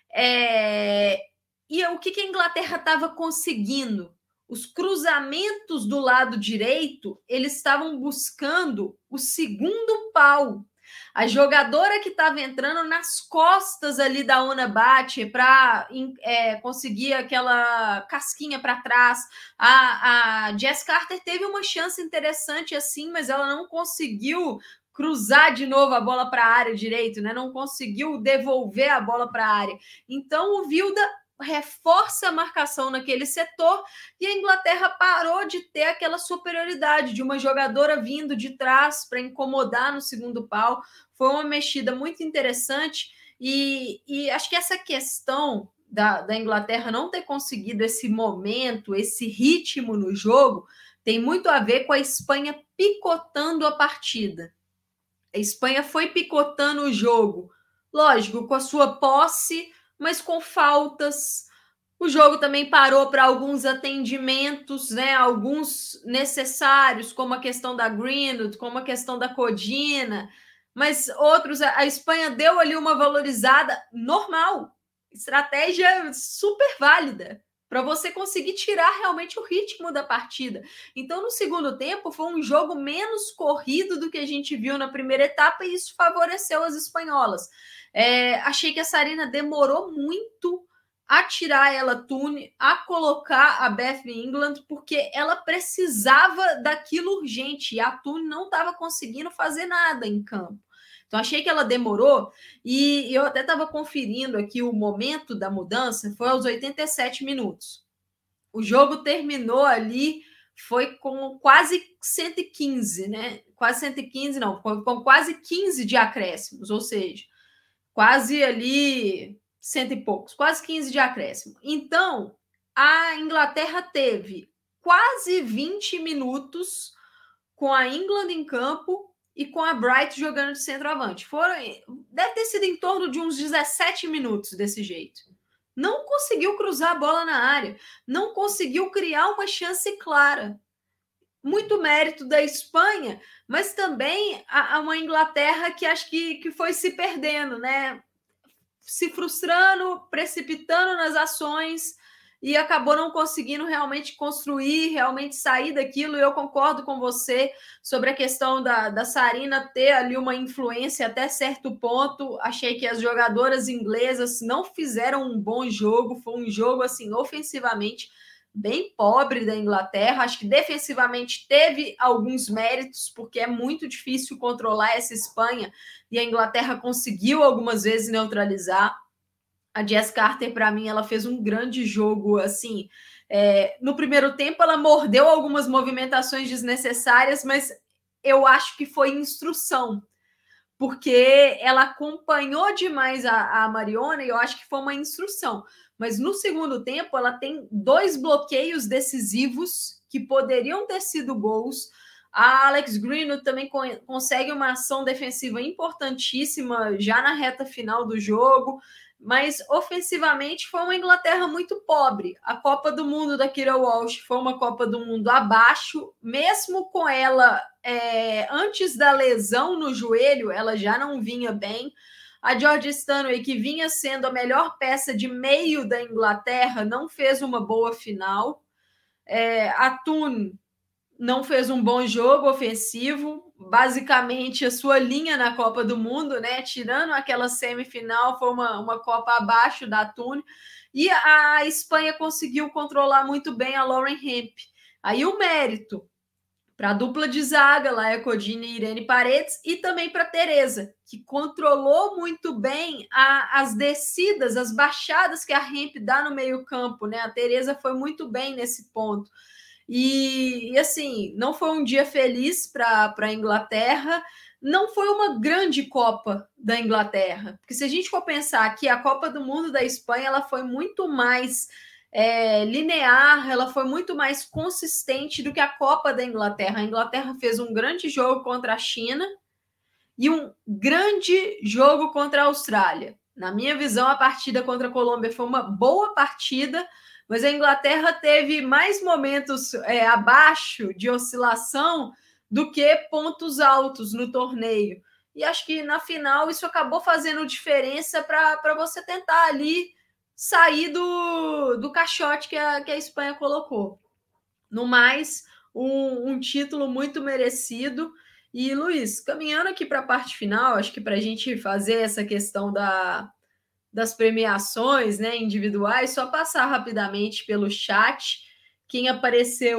e o que a Inglaterra estava conseguindo? Os cruzamentos do lado direito, eles estavam buscando o segundo pau. A jogadora que estava entrando nas costas ali da Ona Bate para conseguir aquela casquinha para trás. A Jess Carter teve uma chance interessante assim, mas ela não conseguiu cruzar de novo a bola para a área direito, né? Não conseguiu devolver a bola para a área. Então o Vilda reforça a marcação naquele setor e a Inglaterra parou de ter aquela superioridade de uma jogadora vindo de trás para incomodar no segundo pau. Foi uma mexida muito interessante e acho que essa questão da Inglaterra não ter conseguido esse momento, esse ritmo no jogo, tem muito a ver com a Espanha picotando a partida. A Espanha foi picotando o jogo, lógico, com a sua posse, mas com faltas. O jogo também parou para alguns atendimentos, né? Alguns necessários, como a questão da Greenwood, como a questão da Codina, mas outros, a Espanha deu ali uma valorizada normal, estratégia super válida, para você conseguir tirar realmente o ritmo da partida. Então, no segundo tempo, foi um jogo menos corrido do que a gente viu na primeira etapa, e isso favoreceu as espanholas. Achei que a Sarina demorou muito a tirar ela Thun, a colocar a Beth England, porque ela precisava daquilo urgente, e a Thun não estava conseguindo fazer nada em campo. Então, achei que ela demorou, e eu até estava conferindo aqui o momento da mudança, foi aos 87 minutos. O jogo terminou ali, foi com quase 115, né? Quase 115, não, com quase 15 de acréscimos, ou seja, quase ali 100 e poucos, quase 15 de acréscimo. Então, a Inglaterra teve quase 20 minutos com a England em campo e com a Bright jogando de centroavante. Deve ter sido em torno de uns 17 minutos desse jeito. Não conseguiu cruzar a bola na área, não conseguiu criar uma chance clara. Muito mérito da Espanha, mas também a uma Inglaterra que acho que foi se perdendo, né? Se frustrando, precipitando nas ações e acabou não conseguindo realmente construir, realmente sair daquilo. E eu concordo com você sobre a questão da Sarina ter ali uma influência até certo ponto. Achei que as jogadoras inglesas não fizeram um bom jogo, foi um jogo assim ofensivamente bem pobre da Inglaterra. Acho que defensivamente teve alguns méritos, porque é muito difícil controlar essa Espanha, e a Inglaterra conseguiu algumas vezes neutralizar. A Jess Carter, para mim, ela fez um grande jogo, assim, no primeiro tempo ela mordeu algumas movimentações desnecessárias, mas eu acho que foi instrução, porque ela acompanhou demais a Mariona, e eu acho que foi uma instrução. Mas no segundo tempo, ela tem 2 bloqueios decisivos que poderiam ter sido gols. A Alex Greenwood também consegue uma ação defensiva importantíssima já na reta final do jogo, mas ofensivamente foi uma Inglaterra muito pobre. A Copa do Mundo da Kira Walsh foi uma Copa do Mundo abaixo, mesmo com ela antes da lesão no joelho, ela já não vinha bem. A Georgia Stanway, que vinha sendo a melhor peça de meio da Inglaterra, não fez uma boa final. A Thun não fez um bom jogo ofensivo. Basicamente, a sua linha na Copa do Mundo, né? Tirando aquela semifinal, foi uma Copa abaixo da Thun. E a Espanha conseguiu controlar muito bem a Lauren Hemp. Aí o mérito para a dupla de zaga, Laia Codina e Irene Paredes, e também para a Tereza, que controlou muito bem as descidas, as baixadas que a Hemp dá no meio-campo, né? A Tereza foi muito bem nesse ponto. E assim, não foi um dia feliz para a Inglaterra, não foi uma grande Copa da Inglaterra, porque se a gente for pensar que a Copa do Mundo da Espanha ela foi muito mais linear, ela foi muito mais consistente do que a Copa da Inglaterra. A Inglaterra fez um grande jogo contra a China e um grande jogo contra a Austrália. Na minha visão, a partida contra a Colômbia foi uma boa partida, mas a Inglaterra teve mais momentos abaixo de oscilação do que pontos altos no torneio. E acho que na final isso acabou fazendo diferença para você tentar ali sair do caixote que a Espanha colocou. No mais, um título muito merecido. E, Luiz, caminhando aqui para a parte final, acho que para a gente fazer essa questão das premiações, né, individuais, só passar rapidamente pelo chat. Quem apareceu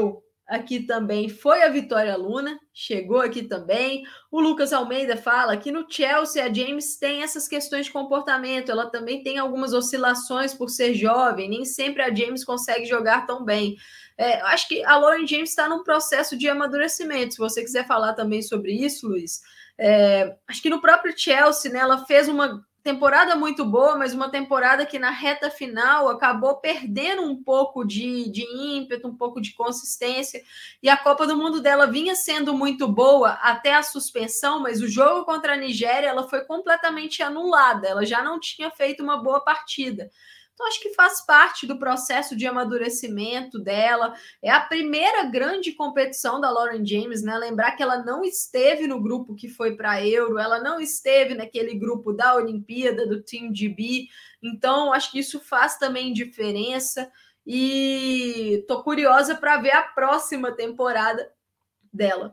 aqui também foi a Vitória Luna, chegou aqui também. O Lucas Almeida fala que no Chelsea a James tem essas questões de comportamento, ela também tem algumas oscilações por ser jovem, nem sempre a James consegue jogar tão bem. Eu acho que a Lauren James está num processo de amadurecimento. Se você quiser falar também sobre isso, Luiz, acho que no próprio Chelsea, né, ela fez uma temporada muito boa, mas uma temporada que na reta final acabou perdendo um pouco de ímpeto, um pouco de consistência, e a Copa do Mundo dela vinha sendo muito boa até a suspensão, mas o jogo contra a Nigéria ela foi completamente anulada, ela já não tinha feito uma boa partida. Então, acho que faz parte do processo de amadurecimento dela. É a primeira grande competição da Lauren James, né? Lembrar que ela não esteve no grupo que foi para a Euro, ela não esteve naquele grupo da Olimpíada, do Team GB. Então, acho que isso faz também diferença. E tô curiosa para ver a próxima temporada dela.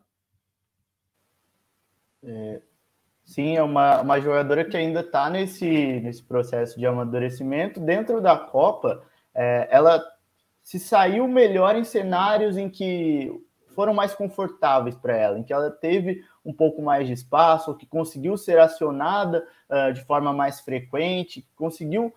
Sim, é uma jogadora que ainda está nesse processo de amadurecimento. Dentro da Copa, ela se saiu melhor em cenários em que foram mais confortáveis para ela, em que ela teve um pouco mais de espaço, que conseguiu ser acionada de forma mais frequente, conseguiu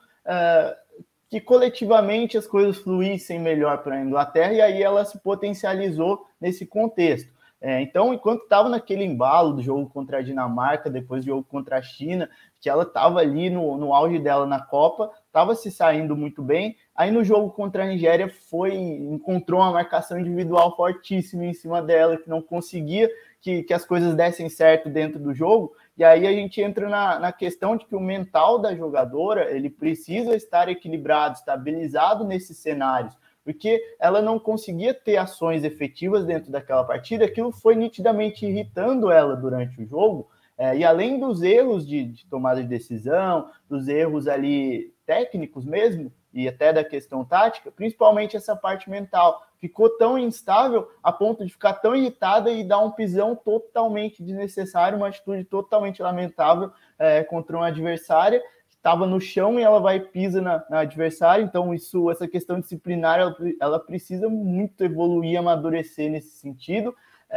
que coletivamente as coisas fluíssem melhor para a Inglaterra, e aí ela se potencializou nesse contexto. Então, enquanto estava naquele embalo do jogo contra a Dinamarca, depois do jogo contra a China, que ela estava ali no auge dela na Copa, estava se saindo muito bem. Aí no jogo contra a Nigéria encontrou uma marcação individual fortíssima em cima dela, que não conseguia que as coisas dessem certo dentro do jogo. E aí a gente entra na questão de que o mental da jogadora ele precisa estar equilibrado, estabilizado nesses cenários, porque ela não conseguia ter ações efetivas dentro daquela partida, aquilo foi nitidamente irritando ela durante o jogo, e além dos erros de tomada de decisão, dos erros ali técnicos mesmo, e até da questão tática, principalmente essa parte mental, ficou tão instável a ponto de ficar tão irritada e dar um pisão totalmente desnecessário, uma atitude totalmente lamentável contra uma adversária, estava no chão e ela vai e pisa na adversária. Então essa questão disciplinar ela precisa muito evoluir, amadurecer nesse sentido,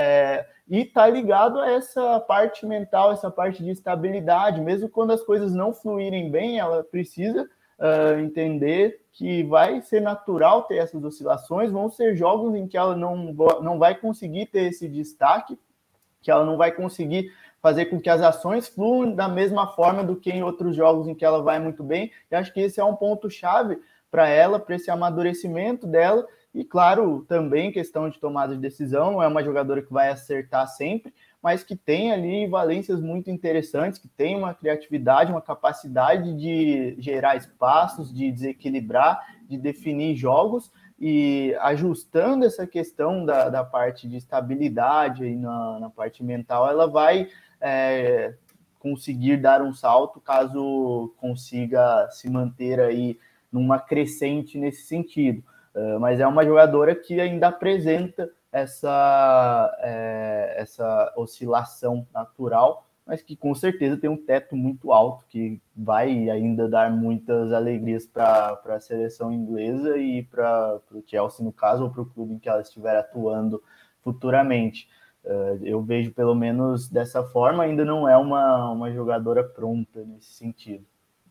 e tá ligado a essa parte mental, essa parte de estabilidade. Mesmo quando as coisas não fluírem bem, ela precisa entender que vai ser natural ter essas oscilações, vão ser jogos em que ela não vai conseguir ter esse destaque, que ela não vai conseguir fazer com que as ações fluam da mesma forma do que em outros jogos em que ela vai muito bem. E acho que esse é um ponto-chave para ela, para esse amadurecimento dela. E, claro, também questão de tomada de decisão, não é uma jogadora que vai acertar sempre, mas que tem ali valências muito interessantes, que tem uma criatividade, uma capacidade de gerar espaços, de desequilibrar, de definir jogos, e ajustando essa questão da parte de estabilidade aí na parte mental, ela vai conseguir dar um salto caso consiga se manter aí numa crescente nesse sentido. Mas é uma jogadora que ainda apresenta essa oscilação natural, mas que com certeza tem um teto muito alto, que vai ainda dar muitas alegrias para a seleção inglesa e para o Chelsea, no caso, ou para o clube em que ela estiver atuando futuramente. Eu vejo pelo menos dessa forma, ainda não é uma jogadora pronta nesse sentido.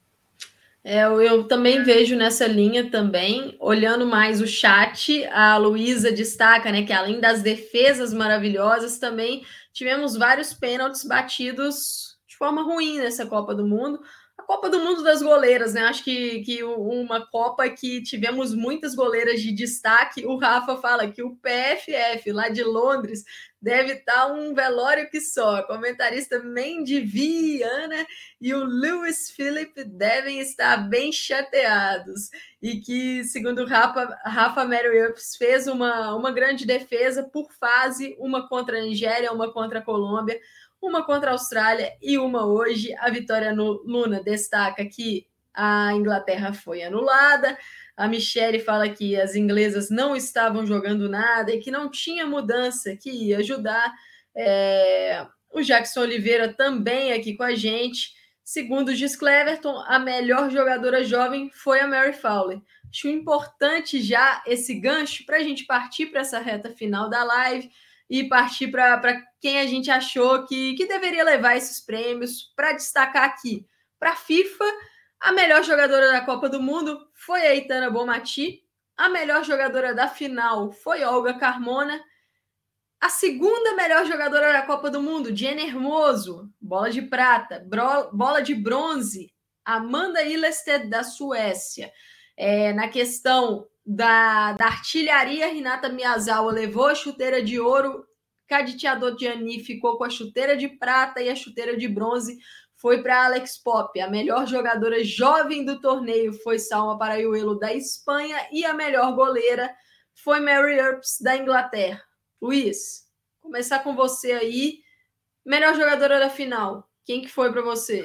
Eu também vejo nessa linha também, olhando mais o chat, a Luísa destaca, né, que além das defesas maravilhosas, também tivemos vários pênaltis batidos de forma ruim nessa Copa do Mundo. A Copa do Mundo das goleiras, né? Acho que uma Copa que tivemos muitas goleiras de destaque. O Rafa fala que o PFF lá de Londres deve estar um velório que só. A comentarista Mandy Viana e o Lewis Phillip devem estar bem chateados. E que, segundo o Rafa Mary Earps, fez uma grande defesa por fase, uma contra a Nigéria, uma contra a Colômbia, uma contra a Austrália e uma hoje. A Vitória Luna destaca que a Inglaterra foi anulada. A Michele fala que as inglesas não estavam jogando nada e que não tinha mudança que ia ajudar. O Jackson Oliveira também aqui com a gente. Segundo o Gis Cleverton, a melhor jogadora jovem foi a Mary Fowler. Acho importante já esse gancho para a gente partir para essa reta final da live e partir para quem a gente achou que deveria levar esses prêmios. Para destacar aqui, para a FIFA, a melhor jogadora da Copa do Mundo foi a Aitana Bonmatí, a melhor jogadora da final foi Olga Carmona, a segunda melhor jogadora da Copa do Mundo, Jenny Hermoso, bola de prata, bola de bronze, Amanda Ilestedt, da Suécia. Na questão da artilharia, Hinata Miyazawa levou a chuteira de ouro, Kaditya Dodiani ficou com a chuteira de prata e a chuteira de bronze foi para Alex Popp. A melhor jogadora jovem do torneio foi Salma Paraiuelo, da Espanha, e a melhor goleira foi Mary Earps, da Inglaterra. Luiz, começar com você aí. Melhor jogadora da final, quem que foi para você?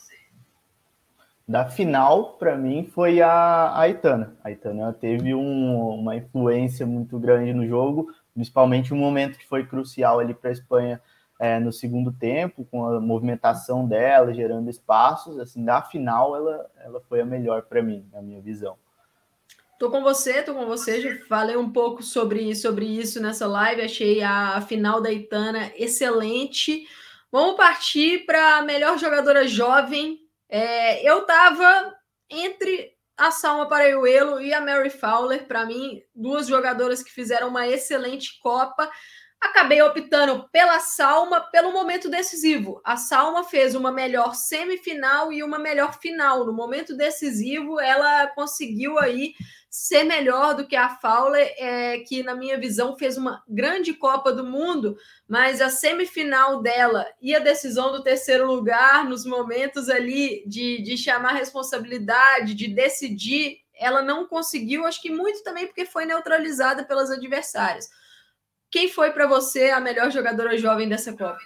Da final, para mim, foi a Aitana. A Aitana teve uma influência muito grande no jogo, principalmente um momento que foi crucial ali para a Espanha no segundo tempo, com a movimentação dela, gerando espaços. Assim, da final, ela foi a melhor para mim, na minha visão. Tô com você, já falei um pouco sobre isso nessa live, achei a final da Aitana excelente. Vamos partir para a melhor jogadora jovem. Eu tava entre a Salma Paraiuelo e a Mary Fowler, para mim, duas jogadoras que fizeram uma excelente Copa. Acabei optando pela Salma pelo momento decisivo. A Salma fez uma melhor semifinal e uma melhor final. No momento decisivo, ela conseguiu aí ser melhor do que a Fowler, que, na minha visão, fez uma grande Copa do Mundo, mas a semifinal dela e a decisão do terceiro lugar, nos momentos ali de chamar responsabilidade, de decidir, ela não conseguiu, acho que muito também porque foi neutralizada pelas adversárias. Quem foi para você a melhor jogadora jovem dessa Copa?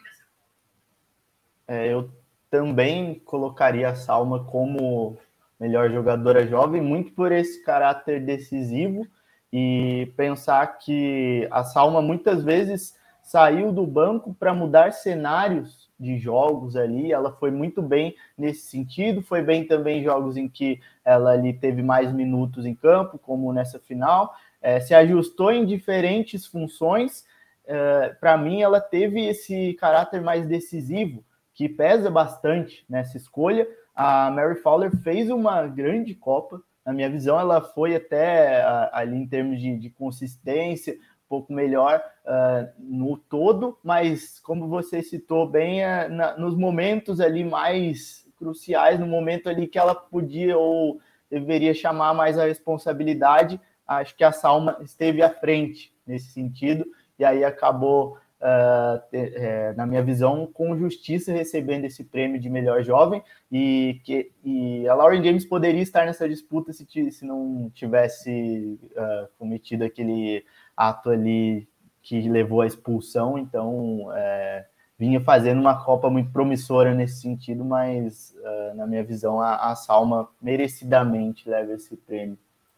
Eu também colocaria a Salma como melhor jogadora jovem, muito por esse caráter decisivo e pensar que a Salma muitas vezes saiu do banco para mudar cenários de jogos ali. Ela foi muito bem nesse sentido, foi bem também em jogos em que ela ali teve mais minutos em campo, como nessa final. Se ajustou em diferentes funções. Para mim, ela teve esse caráter mais decisivo, que pesa bastante nessa escolha. A Mary Fowler fez uma grande Copa. Na minha visão, ela foi até ali em termos de consistência, um pouco melhor no todo, mas como você citou bem, nos momentos ali mais cruciais, no momento ali que ela podia ou deveria chamar mais a responsabilidade, acho que a Salma esteve à frente nesse sentido, e aí acabou, na minha visão, com justiça recebendo esse prêmio de melhor jovem, e a Lauren James poderia estar nessa disputa se não tivesse cometido aquele ato ali que levou à expulsão. Então vinha fazendo uma Copa muito promissora nesse sentido, mas na minha visão a Salma merecidamente leva esse prêmio.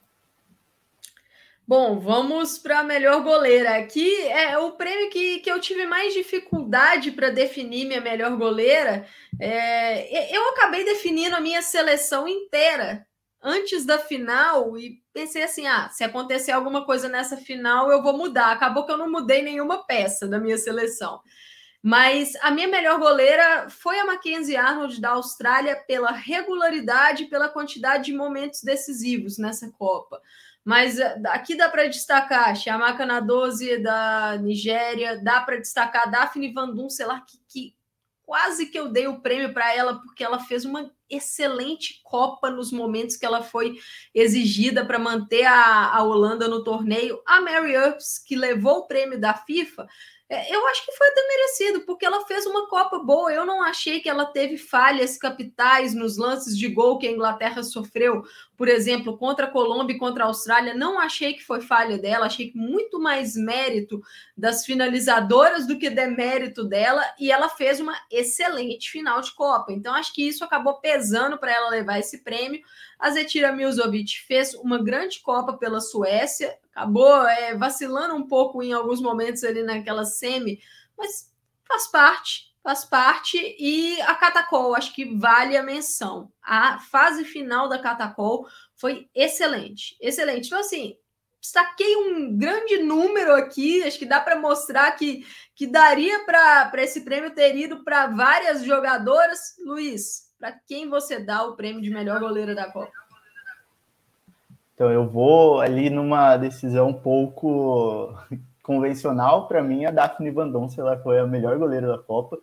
Bom, vamos para a melhor goleira. Aqui é o prêmio que eu tive mais dificuldade para definir minha melhor goleira. Eu acabei definindo a minha seleção inteira antes da final e pensei assim, se acontecer alguma coisa nessa final, eu vou mudar. Acabou que eu não mudei nenhuma peça da minha seleção. Mas a minha melhor goleira foi a Mackenzie Arnold, da Austrália, pela regularidade e pela quantidade de momentos decisivos nessa Copa. Mas aqui dá para destacar Chiamaka Nnadozie, da Nigéria, dá para destacar Daphne Van Dunselaar, que quase que eu dei o prêmio para ela, porque ela fez uma excelente Copa nos momentos que ela foi exigida para manter a Holanda no torneio. A Mary Earps, que levou o prêmio da FIFA, eu acho que foi até merecido, porque ela fez uma Copa boa. Eu não achei que ela teve falhas capitais nos lances de gol que a Inglaterra sofreu, por exemplo, contra a Colômbia e contra a Austrália. Não achei que foi falha dela, achei que muito mais mérito das finalizadoras do que demérito dela, e ela fez uma excelente final de Copa. Então, acho que isso acabou pesando para ela levar esse prêmio. A Zecira Milzovic fez uma grande Copa pela Suécia, acabou vacilando um pouco em alguns momentos ali naquela semi, mas faz parte. faz parte, e a Catacol, acho que vale a menção. A fase final da Catacol foi excelente, excelente. Então, assim, destaquei um grande número aqui, acho que dá para mostrar que daria para esse prêmio ter ido para várias jogadoras. Luiz, para quem você dá o prêmio de melhor goleira da Copa? Então, eu vou ali numa decisão um pouco convencional. Para mim, a Daphne Van Donsen, ela foi a melhor goleira da Copa.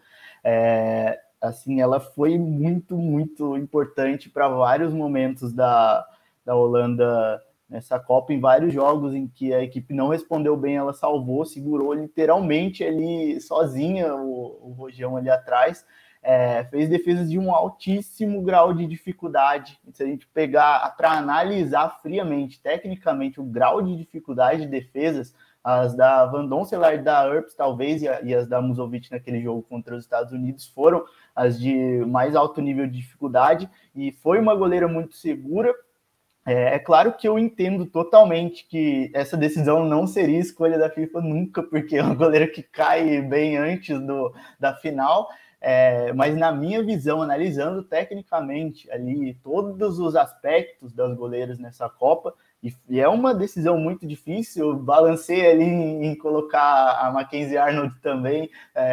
Assim, ela foi muito, muito importante para vários momentos da Holanda nessa Copa, em vários jogos em que a equipe não respondeu bem, ela salvou, segurou literalmente ali sozinha o Rojão ali atrás. Fez defesas de um altíssimo grau de dificuldade. Se a gente pegar para analisar friamente, tecnicamente, o grau de dificuldade de defesas, as da Van Doncelar e da Earps, talvez, e as da Musovic naquele jogo contra os Estados Unidos, foram as de mais alto nível de dificuldade, e foi uma goleira muito segura. É claro que eu entendo totalmente que essa decisão não seria escolha da FIFA nunca, porque é uma goleira que cai bem antes da final. Mas na minha visão, analisando tecnicamente ali todos os aspectos das goleiras nessa Copa, e é uma decisão muito difícil, eu balancei ali em colocar a Mackenzie Arnold também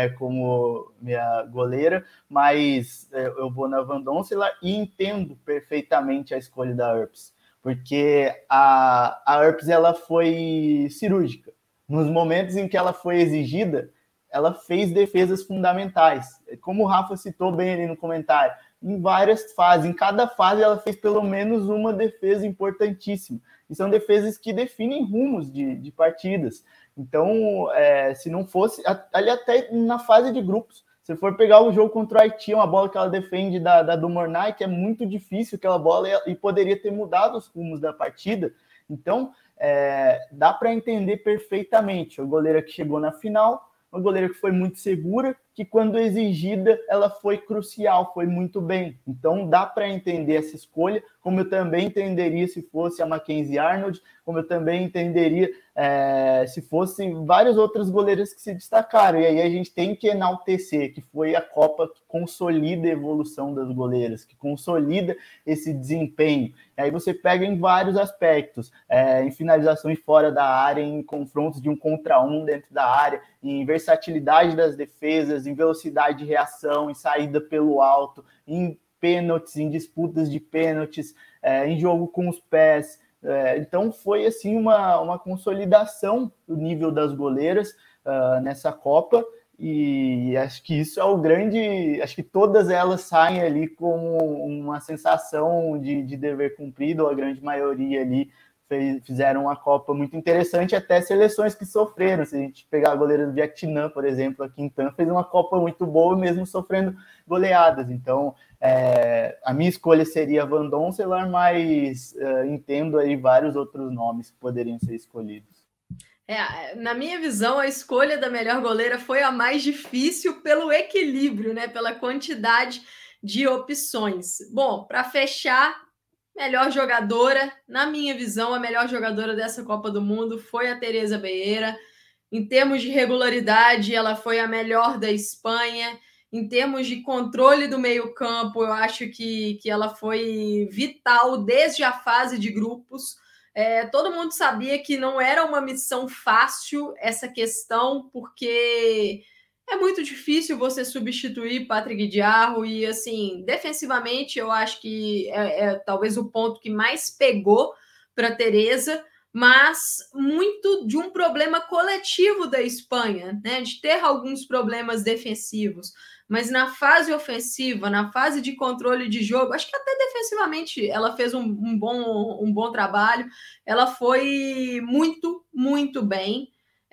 como minha goleira, mas eu vou na Van Doncelar e entendo perfeitamente a escolha da Earps, porque a Earps, ela foi cirúrgica. Nos momentos em que ela foi exigida, ela fez defesas fundamentais. Como o Rafa citou bem ali no comentário, em várias fases, em cada fase ela fez pelo menos uma defesa importantíssima. E são defesas que definem rumos de partidas. Então, se não fosse, ali até na fase de grupos, se for pegar o jogo contra o Haiti, uma bola que ela defende da do Mornay, que é muito difícil aquela bola, e poderia ter mudado os rumos da partida. Então, dá para entender perfeitamente. A goleira que chegou na final, uma goleira que foi muito segura, que quando exigida, ela foi crucial, foi muito bem. Então, dá para entender essa escolha, como eu também entenderia se fosse a Mackenzie Arnold, como eu também entenderia se fossem várias outras goleiras que se destacaram. E aí a gente tem que enaltecer que foi a Copa que consolida a evolução das goleiras, que consolida esse desempenho. E aí você pega em vários aspectos, em finalizações fora da área, em confrontos de 1 contra 1 dentro da área, em versatilidade das defesas, em velocidade de reação, em saída pelo alto, em pênaltis, em disputas de pênaltis, em jogo com os pés. Então foi assim uma consolidação do nível das goleiras nessa Copa, e acho que isso é o grande. Acho que todas elas saem ali com uma sensação de dever cumprido, ou a grande maioria ali fizeram uma Copa muito interessante, até seleções que sofreram. Se a gente pegar a goleira do Vietnã, por exemplo, a Quintan fez uma Copa muito boa, mesmo sofrendo goleadas. Então, a minha escolha seria Van Doncelar, mas entendo aí vários outros nomes que poderiam ser escolhidos. Na minha visão, a escolha da melhor goleira foi a mais difícil pelo equilíbrio, né? Pela quantidade de opções. Bom, para fechar, melhor jogadora, na minha visão, a melhor jogadora dessa Copa do Mundo foi a Teresa Beheira. Em termos de regularidade, ela foi a melhor da Espanha. Em termos de controle do meio-campo, eu acho que ela foi vital desde a fase de grupos. Todo mundo sabia que não era uma missão fácil essa questão, porque é muito difícil você substituir Patrick Diarra, e assim, defensivamente eu acho que talvez o ponto que mais pegou para Teresa, mas muito de um problema coletivo da Espanha, né? De ter alguns problemas defensivos, mas na fase ofensiva, na fase de controle de jogo, acho que até defensivamente ela fez um bom trabalho, ela foi muito, muito bem.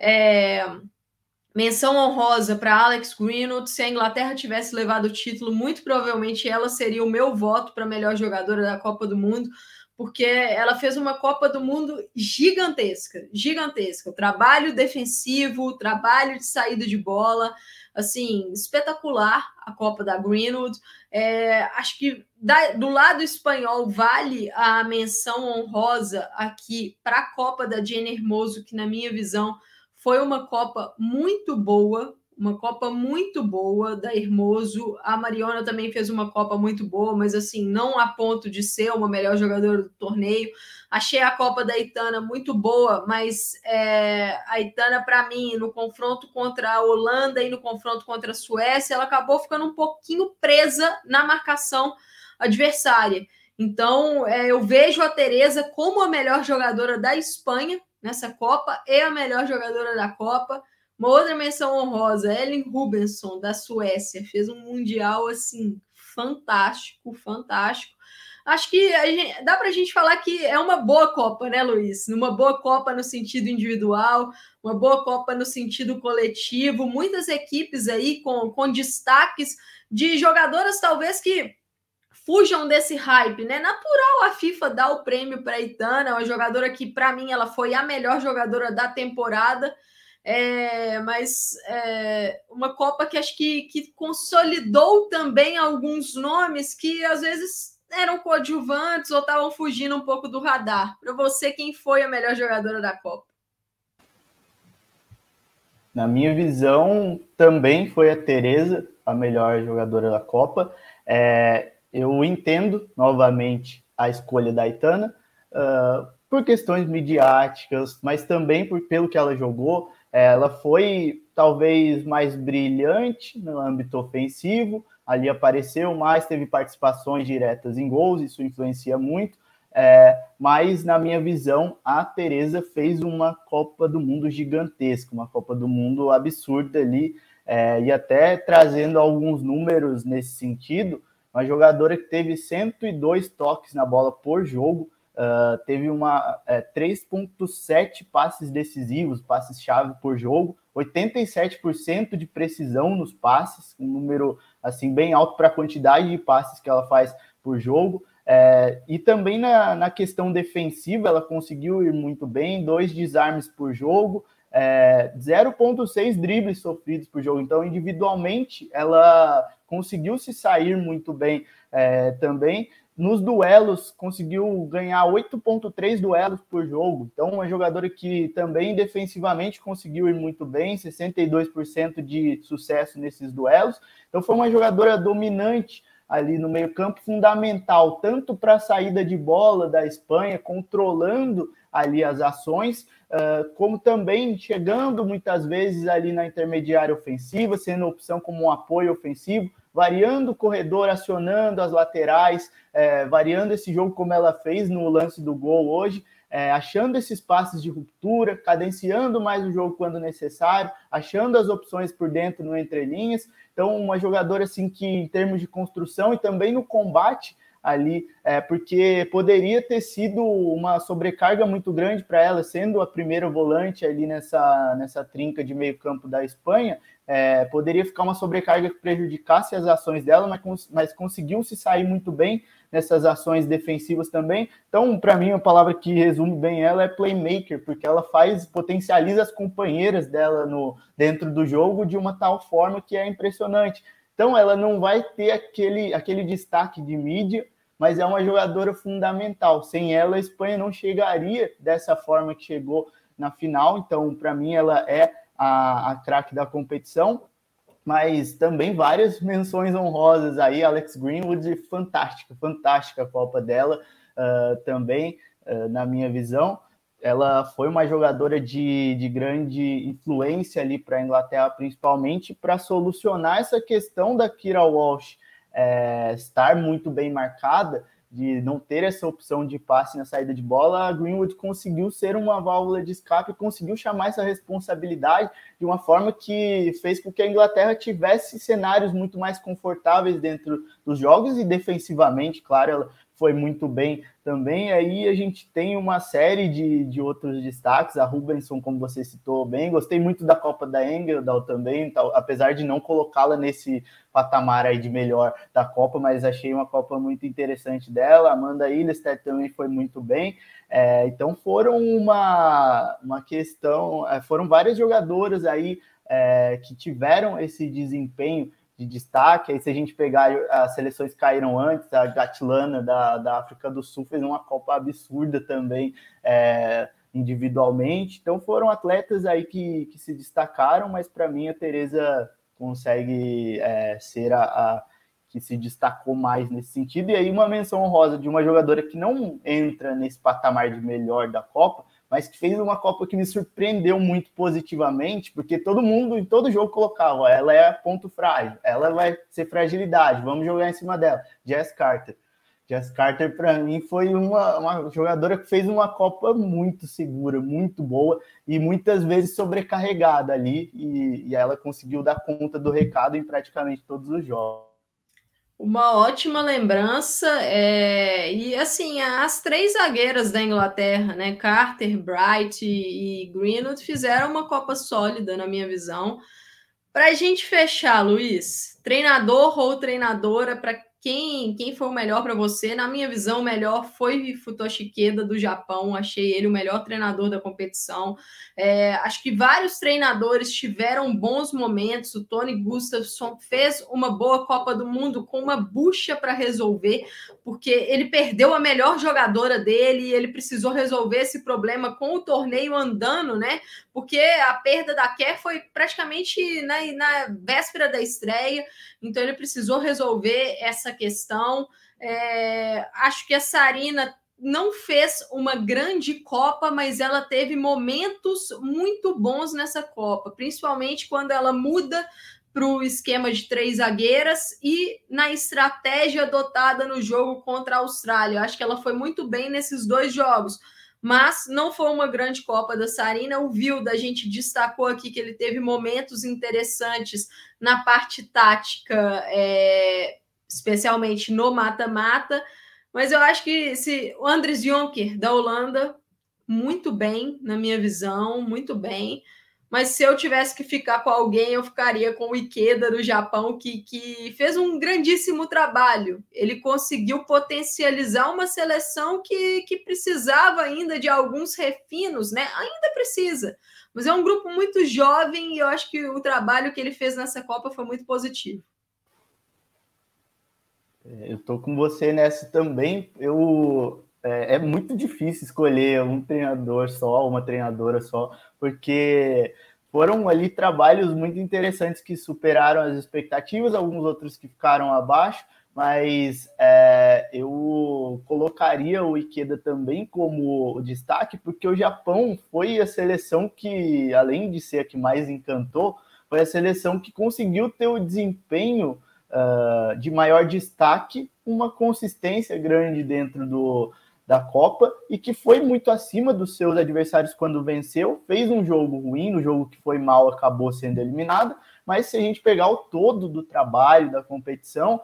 Menção honrosa para Alex Greenwood. Se a Inglaterra tivesse levado o título, muito provavelmente ela seria o meu voto para a melhor jogadora da Copa do Mundo, porque ela fez uma Copa do Mundo gigantesca, gigantesca. O trabalho defensivo, o trabalho de saída de bola, assim, espetacular a Copa da Greenwood. Acho que do lado espanhol vale a menção honrosa aqui para a Copa da Jenny Hermoso, que na minha visão foi uma Copa muito boa, uma Copa muito boa da Hermoso. A Mariona também fez uma Copa muito boa, mas assim, não a ponto de ser uma melhor jogadora do torneio. Achei a Copa da Aitana muito boa, mas a Aitana, para mim, no confronto contra a Holanda e no confronto contra a Suécia, ela acabou ficando um pouquinho presa na marcação adversária. Então, eu vejo a Teresa como a melhor jogadora da Espanha nessa Copa e a melhor jogadora da Copa. Uma outra menção honrosa, Ellen Rubensson, da Suécia, fez um mundial assim fantástico, fantástico. Acho que dá para a gente falar que é uma boa Copa, né, Luiz? Uma boa Copa no sentido individual, uma boa Copa no sentido coletivo, muitas equipes aí com destaques de jogadoras talvez que fujam desse hype, né? Natural a FIFA dar o prêmio para a Aitana, uma jogadora que, para mim, ela foi a melhor jogadora da temporada. Mas uma Copa que acho que consolidou também alguns nomes que às vezes eram coadjuvantes ou estavam fugindo um pouco do radar. Para você, quem foi a melhor jogadora da Copa? Na minha visão, também foi a Teresa, a melhor jogadora da Copa. Eu entendo, novamente, a escolha da Aitana, por questões midiáticas, mas também pelo que ela jogou. Ela foi talvez mais brilhante no âmbito ofensivo, ali apareceu mais, teve participações diretas em gols, isso influencia muito, mas na minha visão a Teresa fez uma Copa do Mundo gigantesca, uma Copa do Mundo absurda ali, e até trazendo alguns números nesse sentido, uma jogadora que teve 102 toques na bola por jogo, teve 3,7 passes decisivos, passes-chave por jogo, 87% de precisão nos passes, um número assim bem alto para a quantidade de passes que ela faz por jogo. E também na questão defensiva, ela conseguiu ir muito bem, 2 desarmes por jogo, 0,6 dribles sofridos por jogo. Então, individualmente, ela conseguiu se sair muito bem também. Nos duelos, conseguiu ganhar 8,3 duelos por jogo. Então, uma jogadora que também defensivamente conseguiu ir muito bem, 62% de sucesso nesses duelos. Então, foi uma jogadora dominante ali no meio-campo, fundamental, tanto para a saída de bola da Espanha, controlando ali as ações, como também chegando muitas vezes ali na intermediária ofensiva, sendo opção como um apoio ofensivo, variando o corredor, acionando as laterais, variando esse jogo como ela fez no lance do gol hoje, achando esses passes de ruptura, cadenciando mais o jogo quando necessário, achando as opções por dentro no entrelinhas. Então, uma jogadora assim que, em termos de construção e também no combate ali, porque poderia ter sido uma sobrecarga muito grande para ela, sendo a primeira volante ali nessa trinca de meio campo da Espanha, poderia ficar uma sobrecarga que prejudicasse as ações dela, mas conseguiu se sair muito bem nessas ações defensivas também. Então, para mim, a palavra que resume bem ela é playmaker, porque ela potencializa as companheiras dela dentro do jogo de uma tal forma que é impressionante. Então, ela não vai ter aquele destaque de mídia, mas é uma jogadora fundamental. Sem ela, a Espanha não chegaria dessa forma que chegou na final. Então, para mim, ela é a craque da competição, mas também várias menções honrosas aí. Alex Greenwood, fantástica a Copa dela, também, na minha visão. Ela foi uma jogadora de grande influência ali para a Inglaterra, principalmente para solucionar essa questão da Keira Walsh estar muito bem marcada, de não ter essa opção de passe na saída de bola. A Greenwood conseguiu ser uma válvula de escape, conseguiu chamar essa responsabilidade de uma forma que fez com que a Inglaterra tivesse cenários muito mais confortáveis dentro dos jogos, e defensivamente, claro, ela foi muito bem também. Aí a gente tem uma série de outros destaques. A Rubensson, como você citou bem, gostei muito da Copa da Engel também, apesar de não colocá-la nesse patamar aí de melhor da Copa, mas achei uma Copa muito interessante dela. Amanda Ilestedt também foi muito bem. Então foram foram várias jogadoras aí que tiveram esse desempenho de destaque. Aí, se a gente pegar as seleções que caíram antes, a Gatilana da África do Sul fez uma Copa absurda também individualmente. Então foram atletas aí que se destacaram, mas para mim a Teresa consegue ser a que se destacou mais nesse sentido. E aí uma menção honrosa de uma jogadora que não entra nesse patamar de melhor da Copa, mas que fez uma Copa que me surpreendeu muito positivamente, porque todo mundo, em todo jogo, colocava, ó, ela é ponto frágil, ela vai ser fragilidade, vamos jogar em cima dela. Jess Carter. Jess Carter, para mim, foi uma jogadora que fez uma Copa muito segura, muito boa, e muitas vezes sobrecarregada ali, e ela conseguiu dar conta do recado em praticamente todos os jogos. Uma ótima lembrança, e assim, as três zagueiras da Inglaterra, né, Carter, Bright e Greenwood, fizeram uma Copa sólida, na minha visão. Para a gente fechar, Luiz, treinador ou treinadora, para quem foi o melhor para você? Na minha visão, o melhor foi Futoshi Ikeda, do Japão. Achei ele o melhor treinador da competição. Acho que vários treinadores tiveram bons momentos. O Tony Gustafsson fez uma boa Copa do Mundo com uma bucha para resolver, porque ele perdeu a melhor jogadora dele e ele precisou resolver esse problema com o torneio andando, né? Porque a perda da Kerr foi praticamente na véspera da estreia, então ele precisou resolver essa questão. Acho que a Sarina não fez uma grande Copa, mas ela teve momentos muito bons nessa Copa, principalmente quando ela muda para o esquema de 3 zagueiras e na estratégia adotada no jogo contra a Austrália. Acho que ela foi muito bem nesses 2 jogos, mas não foi uma grande Copa da Sarina. O Vilda, a gente destacou aqui que ele teve momentos interessantes na parte tática, especialmente no mata-mata, mas eu acho que o Andries Jonker, da Holanda, muito bem, na minha visão, muito bem. Mas se eu tivesse que ficar com alguém, eu ficaria com o Ikeda, do Japão, que fez um grandíssimo trabalho. Ele conseguiu potencializar uma seleção que precisava ainda de alguns refinos, né? Ainda precisa, mas é um grupo muito jovem e eu acho que o trabalho que ele fez nessa Copa foi muito positivo. Eu tô com você nessa também. É muito difícil escolher um treinador só, uma treinadora só, porque foram ali trabalhos muito interessantes que superaram as expectativas, alguns outros que ficaram abaixo, mas eu colocaria o Ikeda também como destaque, porque o Japão foi a seleção que, além de ser a que mais encantou, foi a seleção que conseguiu ter o desempenho de maior destaque, uma consistência grande dentro da Copa e que foi muito acima dos seus adversários quando venceu. Fez um jogo ruim, no jogo que foi mal acabou sendo eliminado, mas se a gente pegar o todo do trabalho, da competição,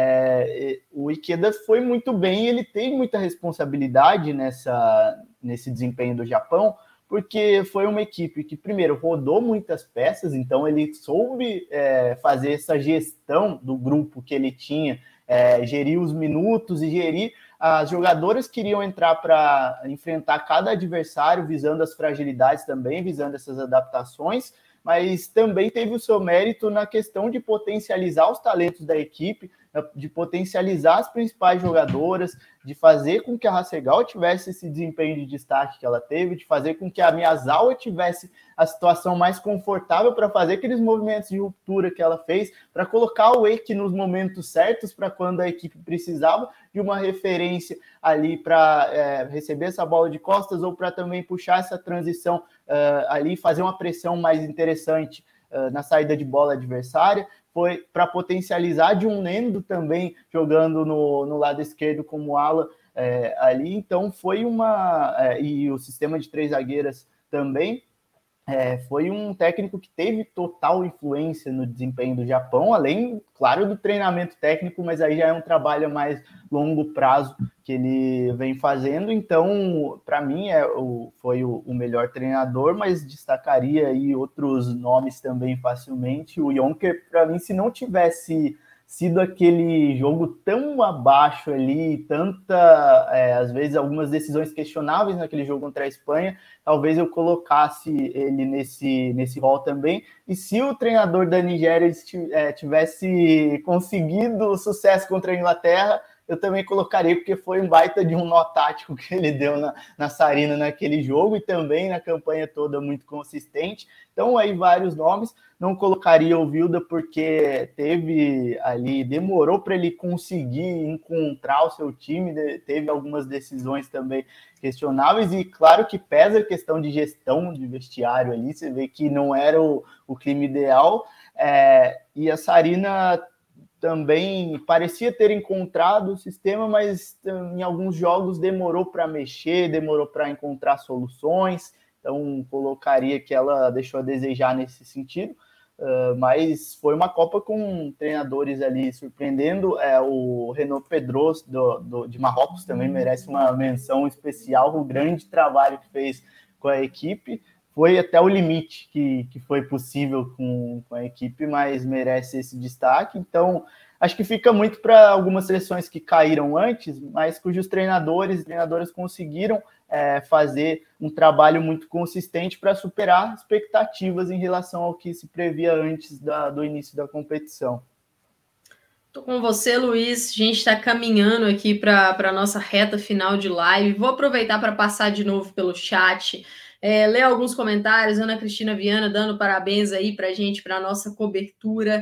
o Ikeda foi muito bem, ele tem muita responsabilidade nesse desempenho do Japão, porque foi uma equipe que, primeiro, rodou muitas peças, então ele soube fazer essa gestão do grupo que ele tinha, gerir os minutos e gerir as jogadoras que iriam entrar para enfrentar cada adversário, visando as fragilidades também, visando essas adaptações, mas também teve o seu mérito na questão de potencializar os talentos da equipe, de potencializar as principais jogadoras, de fazer com que a Hasegawa tivesse esse desempenho de destaque que ela teve, de fazer com que a Miyazawa tivesse a situação mais confortável para fazer aqueles movimentos de ruptura que ela fez, para colocar o Eki nos momentos certos, para quando a equipe precisava de uma referência ali para receber essa bola de costas ou para também puxar essa transição ali, fazer uma pressão mais interessante na saída de bola adversária. Foi para potencializar de um Nendo também jogando no lado esquerdo como ala ali, então foi e o sistema de 3 zagueiras também, foi um técnico que teve total influência no desempenho do Japão, além, claro, do treinamento técnico, mas aí já é um trabalho a mais longo prazo que ele vem fazendo. Então, para mim, foi o melhor treinador, mas destacaria aí outros nomes também facilmente. O Jonker, para mim, se não tivesse sido aquele jogo tão abaixo ali, às vezes algumas decisões questionáveis naquele jogo contra a Espanha, talvez eu colocasse ele nesse rol também. E se o treinador da Nigéria tivesse conseguido sucesso contra a Inglaterra, eu também colocaria, porque foi um baita de um nó tático que ele deu na Sarina naquele jogo, e também na campanha toda muito consistente. Então, aí vários nomes. Não colocaria o Wilder porque teve ali, demorou para ele conseguir encontrar o seu time, teve algumas decisões também questionáveis, e claro que pesa a questão de gestão de vestiário ali, você vê que não era o clima ideal, e a Sarina também parecia ter encontrado o sistema, mas em alguns jogos demorou para mexer, demorou para encontrar soluções, então colocaria que ela deixou a desejar nesse sentido. Mas foi uma Copa com treinadores ali surpreendendo. O Renaud Pedros de Marrocos também merece uma menção especial, o grande trabalho que fez com a equipe. Foi até o limite que foi possível com a equipe, mas merece esse destaque. Então, acho que fica muito para algumas seleções que caíram antes, mas cujos treinadores e treinadoras conseguiram fazer um trabalho muito consistente para superar expectativas em relação ao que se previa antes do início da competição. Estou com você, Luiz. A gente está caminhando aqui para a nossa reta final de live. Vou aproveitar para passar de novo pelo chat, ler alguns comentários. Ana Cristina Viana dando parabéns aí para a gente, para a nossa cobertura.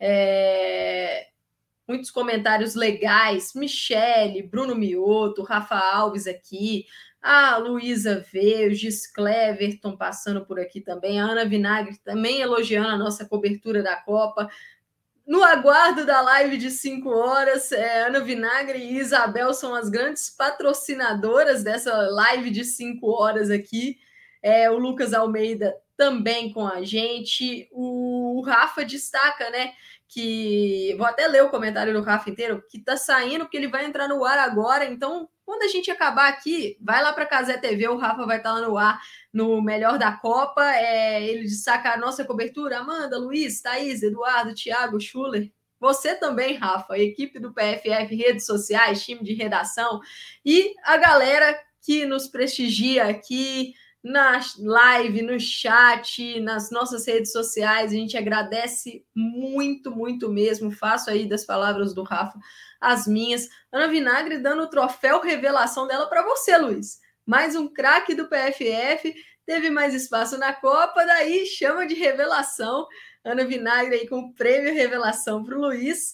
Muitos comentários legais. Michele, Bruno Mioto, Rafa Alves aqui. A Luísa V, o Gis Cleverton passando por aqui também. A Ana Vinagre também elogiando a nossa cobertura da Copa. No aguardo da live de 5 horas, Ana Vinagre e Isabel são as grandes patrocinadoras dessa live de 5 horas aqui. O Lucas Almeida também com a gente. O Rafa destaca, né? Que vou até ler o comentário do Rafa inteiro, que tá saindo, porque ele vai entrar no ar agora. Então, quando a gente acabar aqui, vai lá para a Cazé TV, o Rafa vai estar lá no ar, no Melhor da Copa. Ele destaca a nossa cobertura. Amanda, Luiz, Thaís, Eduardo, Thiago, Schuller. Você também, Rafa, a equipe do PFF, redes sociais, time de redação e a galera que nos prestigia aqui na live, no chat, nas nossas redes sociais. A gente agradece muito, muito mesmo. Faço aí das palavras do Rafa as minhas. Ana Vinagre dando o troféu revelação dela para você, Luiz. Mais um craque do PFF, teve mais espaço na Copa, daí chama de revelação. Ana Vinagre aí com o prêmio revelação para o Luiz.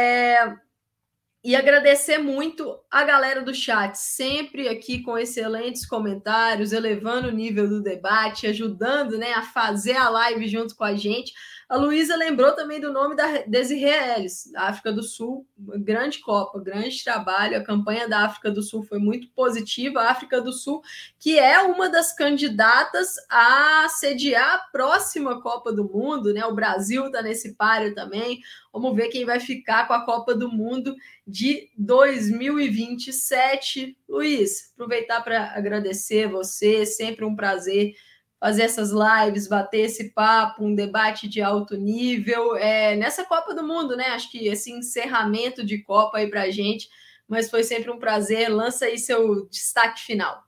E agradecer muito a galera do chat, sempre aqui com excelentes comentários, elevando o nível do debate, ajudando, né, a fazer a live junto com a gente. A Luísa lembrou também do nome da Desirê Ellis, da África do Sul, grande Copa, grande trabalho. A campanha da África do Sul foi muito positiva. A África do Sul, que é uma das candidatas a sediar a próxima Copa do Mundo, né? O Brasil está nesse páreo também. Vamos ver quem vai ficar com a Copa do Mundo de 2027. Luiz, aproveitar para agradecer você, sempre um prazer fazer essas lives, bater esse papo, um debate de alto nível, nessa Copa do Mundo, né? Acho que esse encerramento de Copa aí para a gente, mas foi sempre um prazer. Lança aí seu destaque final.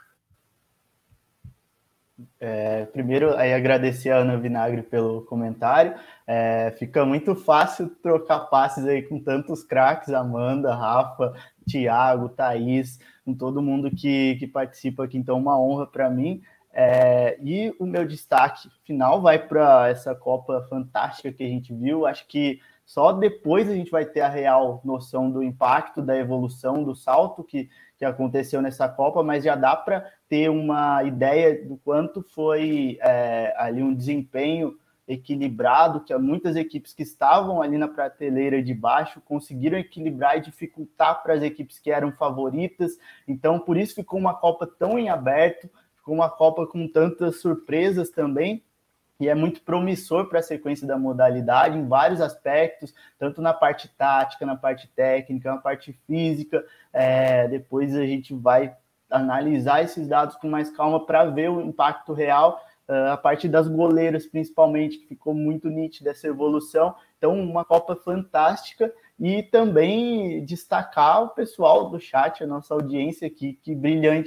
Primeiro, aí agradecer a Ana Vinagre pelo comentário. Fica muito fácil trocar passes aí com tantos craques, Amanda, Rafa, Thiago, Thaís, com todo mundo que participa aqui, então uma honra para mim. E o meu destaque final vai para essa Copa fantástica que a gente viu. Acho que só depois a gente vai ter a real noção do impacto, da evolução, do salto que aconteceu nessa Copa, mas já dá para ter uma ideia do quanto foi ali um desempenho equilibrado, que muitas equipes que estavam ali na prateleira de baixo conseguiram equilibrar e dificultar para as equipes que eram favoritas. Então, por isso ficou uma Copa tão em aberto, ficou uma Copa com tantas surpresas também, e é muito promissor para a sequência da modalidade em vários aspectos, tanto na parte tática, na parte técnica, na parte física. Depois a gente vai analisar esses dados com mais calma para ver o impacto real, a parte das goleiras principalmente, que ficou muito nítida essa evolução. Então, uma Copa fantástica. E também destacar o pessoal do chat, a nossa audiência aqui, que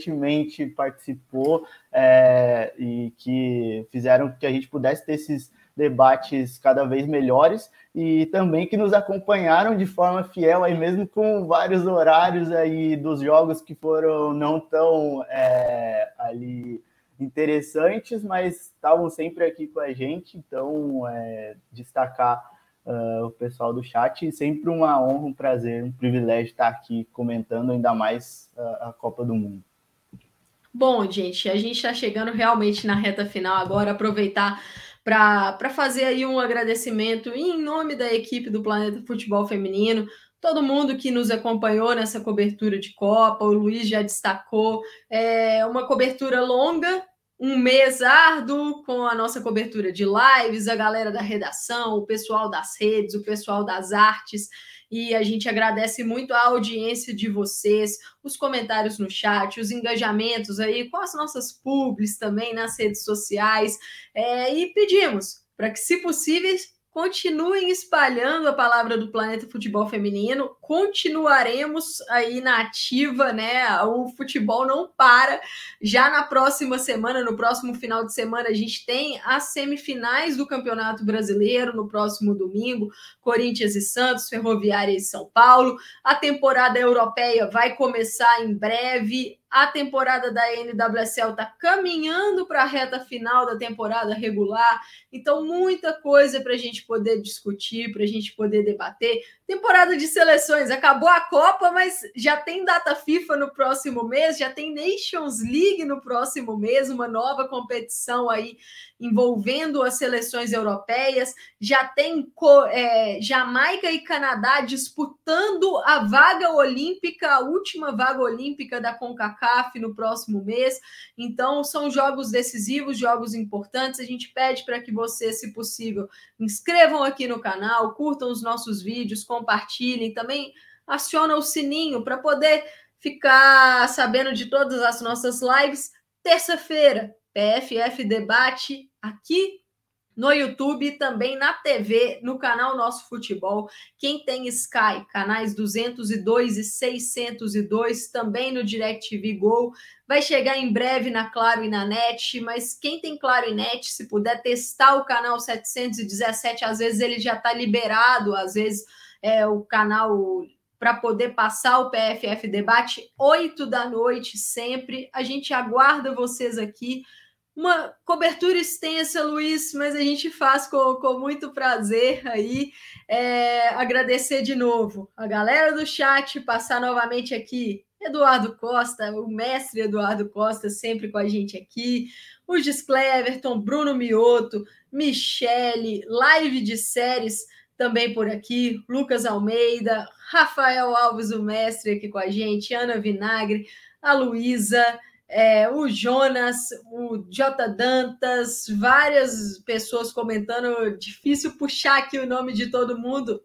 brilhantemente participou e que fizeram que a gente pudesse ter esses debates cada vez melhores e também que nos acompanharam de forma fiel, aí mesmo com vários horários aí dos jogos que foram não tão ali interessantes, mas estavam sempre aqui com a gente. Então, destacar o pessoal do chat, sempre uma honra, um prazer, um privilégio estar aqui comentando ainda mais a Copa do Mundo. Bom, gente, a gente está chegando realmente na reta final agora, aproveitar para fazer aí um agradecimento em nome da equipe do Planeta Futebol Feminino, todo mundo que nos acompanhou nessa cobertura de Copa, o Luiz já destacou, uma cobertura longa, um mês árduo com a nossa cobertura de lives, a galera da redação, o pessoal das redes, o pessoal das artes, e a gente agradece muito a audiência de vocês, os comentários no chat, os engajamentos aí com as nossas publis também nas redes sociais, e pedimos para que, se possível, continuem espalhando a palavra do Planeta Futebol Feminino, continuaremos aí na ativa, né? O futebol não para. Já na próxima semana, no próximo final de semana, a gente tem as semifinais do Campeonato Brasileiro, no próximo domingo, Corinthians e Santos, Ferroviária e São Paulo. A temporada europeia vai começar em breve. A temporada da NWSL está caminhando para a reta final da temporada regular, então muita coisa para a gente poder discutir, para a gente poder debater. Temporada de seleções, acabou a Copa, mas já tem data FIFA no próximo mês, já tem Nations League no próximo mês, uma nova competição aí envolvendo as seleções europeias, já tem Jamaica e Canadá disputando a vaga olímpica, a última vaga olímpica da CONCACAF no próximo mês. Então, são jogos decisivos, jogos importantes. A gente pede para que vocês, se possível, inscrevam aqui no canal, curtam os nossos vídeos, compartilhem, também aciona o sininho para poder ficar sabendo de todas as nossas lives. Terça-feira, PFF Debate aqui no YouTube e também na TV, no canal Nosso Futebol. Quem tem Sky, canais 202 e 602, também no DirecTV Go. Vai chegar em breve na Claro e na NET, mas quem tem Claro e NET, se puder testar o canal 717, às vezes ele já está liberado, às vezes o canal para poder passar o PFF Debate, 8 da noite sempre. A gente aguarda vocês aqui. Uma cobertura extensa, Luiz, mas a gente faz com muito prazer aí. Agradecer de novo a galera do chat, passar novamente aqui, Eduardo Costa, o mestre Eduardo Costa, sempre com a gente aqui, o Giscleverton, Bruno Mioto, Michele, live de séries também por aqui, Lucas Almeida, Rafael Alves, o mestre aqui com a gente, Ana Vinagre, a Luísa, o Jonas, o J. Dantas, várias pessoas comentando, difícil puxar aqui o nome de todo mundo,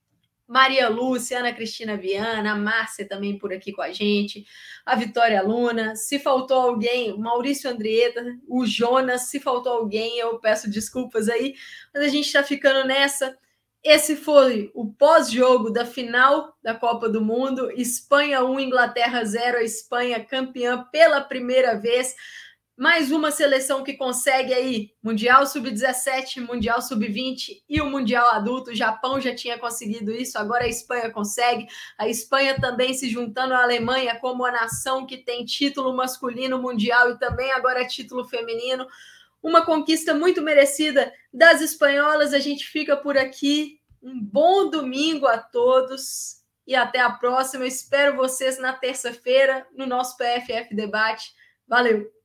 Maria Lúcia, Ana Cristina Viana, a Márcia também por aqui com a gente, a Vitória Luna, se faltou alguém, Maurício Andrieta, o Jonas, se faltou alguém, eu peço desculpas aí, mas a gente está ficando nessa. Esse foi o pós-jogo da final da Copa do Mundo, Espanha 1, Inglaterra 0, a Espanha campeã pela primeira vez, mais uma seleção que consegue aí Mundial Sub-17, Mundial Sub-20 e o Mundial Adulto. O Japão já tinha conseguido isso, agora a Espanha consegue. A Espanha também se juntando à Alemanha como a nação que tem título masculino mundial e também agora título feminino. Uma conquista muito merecida das espanholas. A gente fica por aqui. Um bom domingo a todos e até a próxima. Eu espero vocês na terça-feira no nosso PFF Debate. Valeu!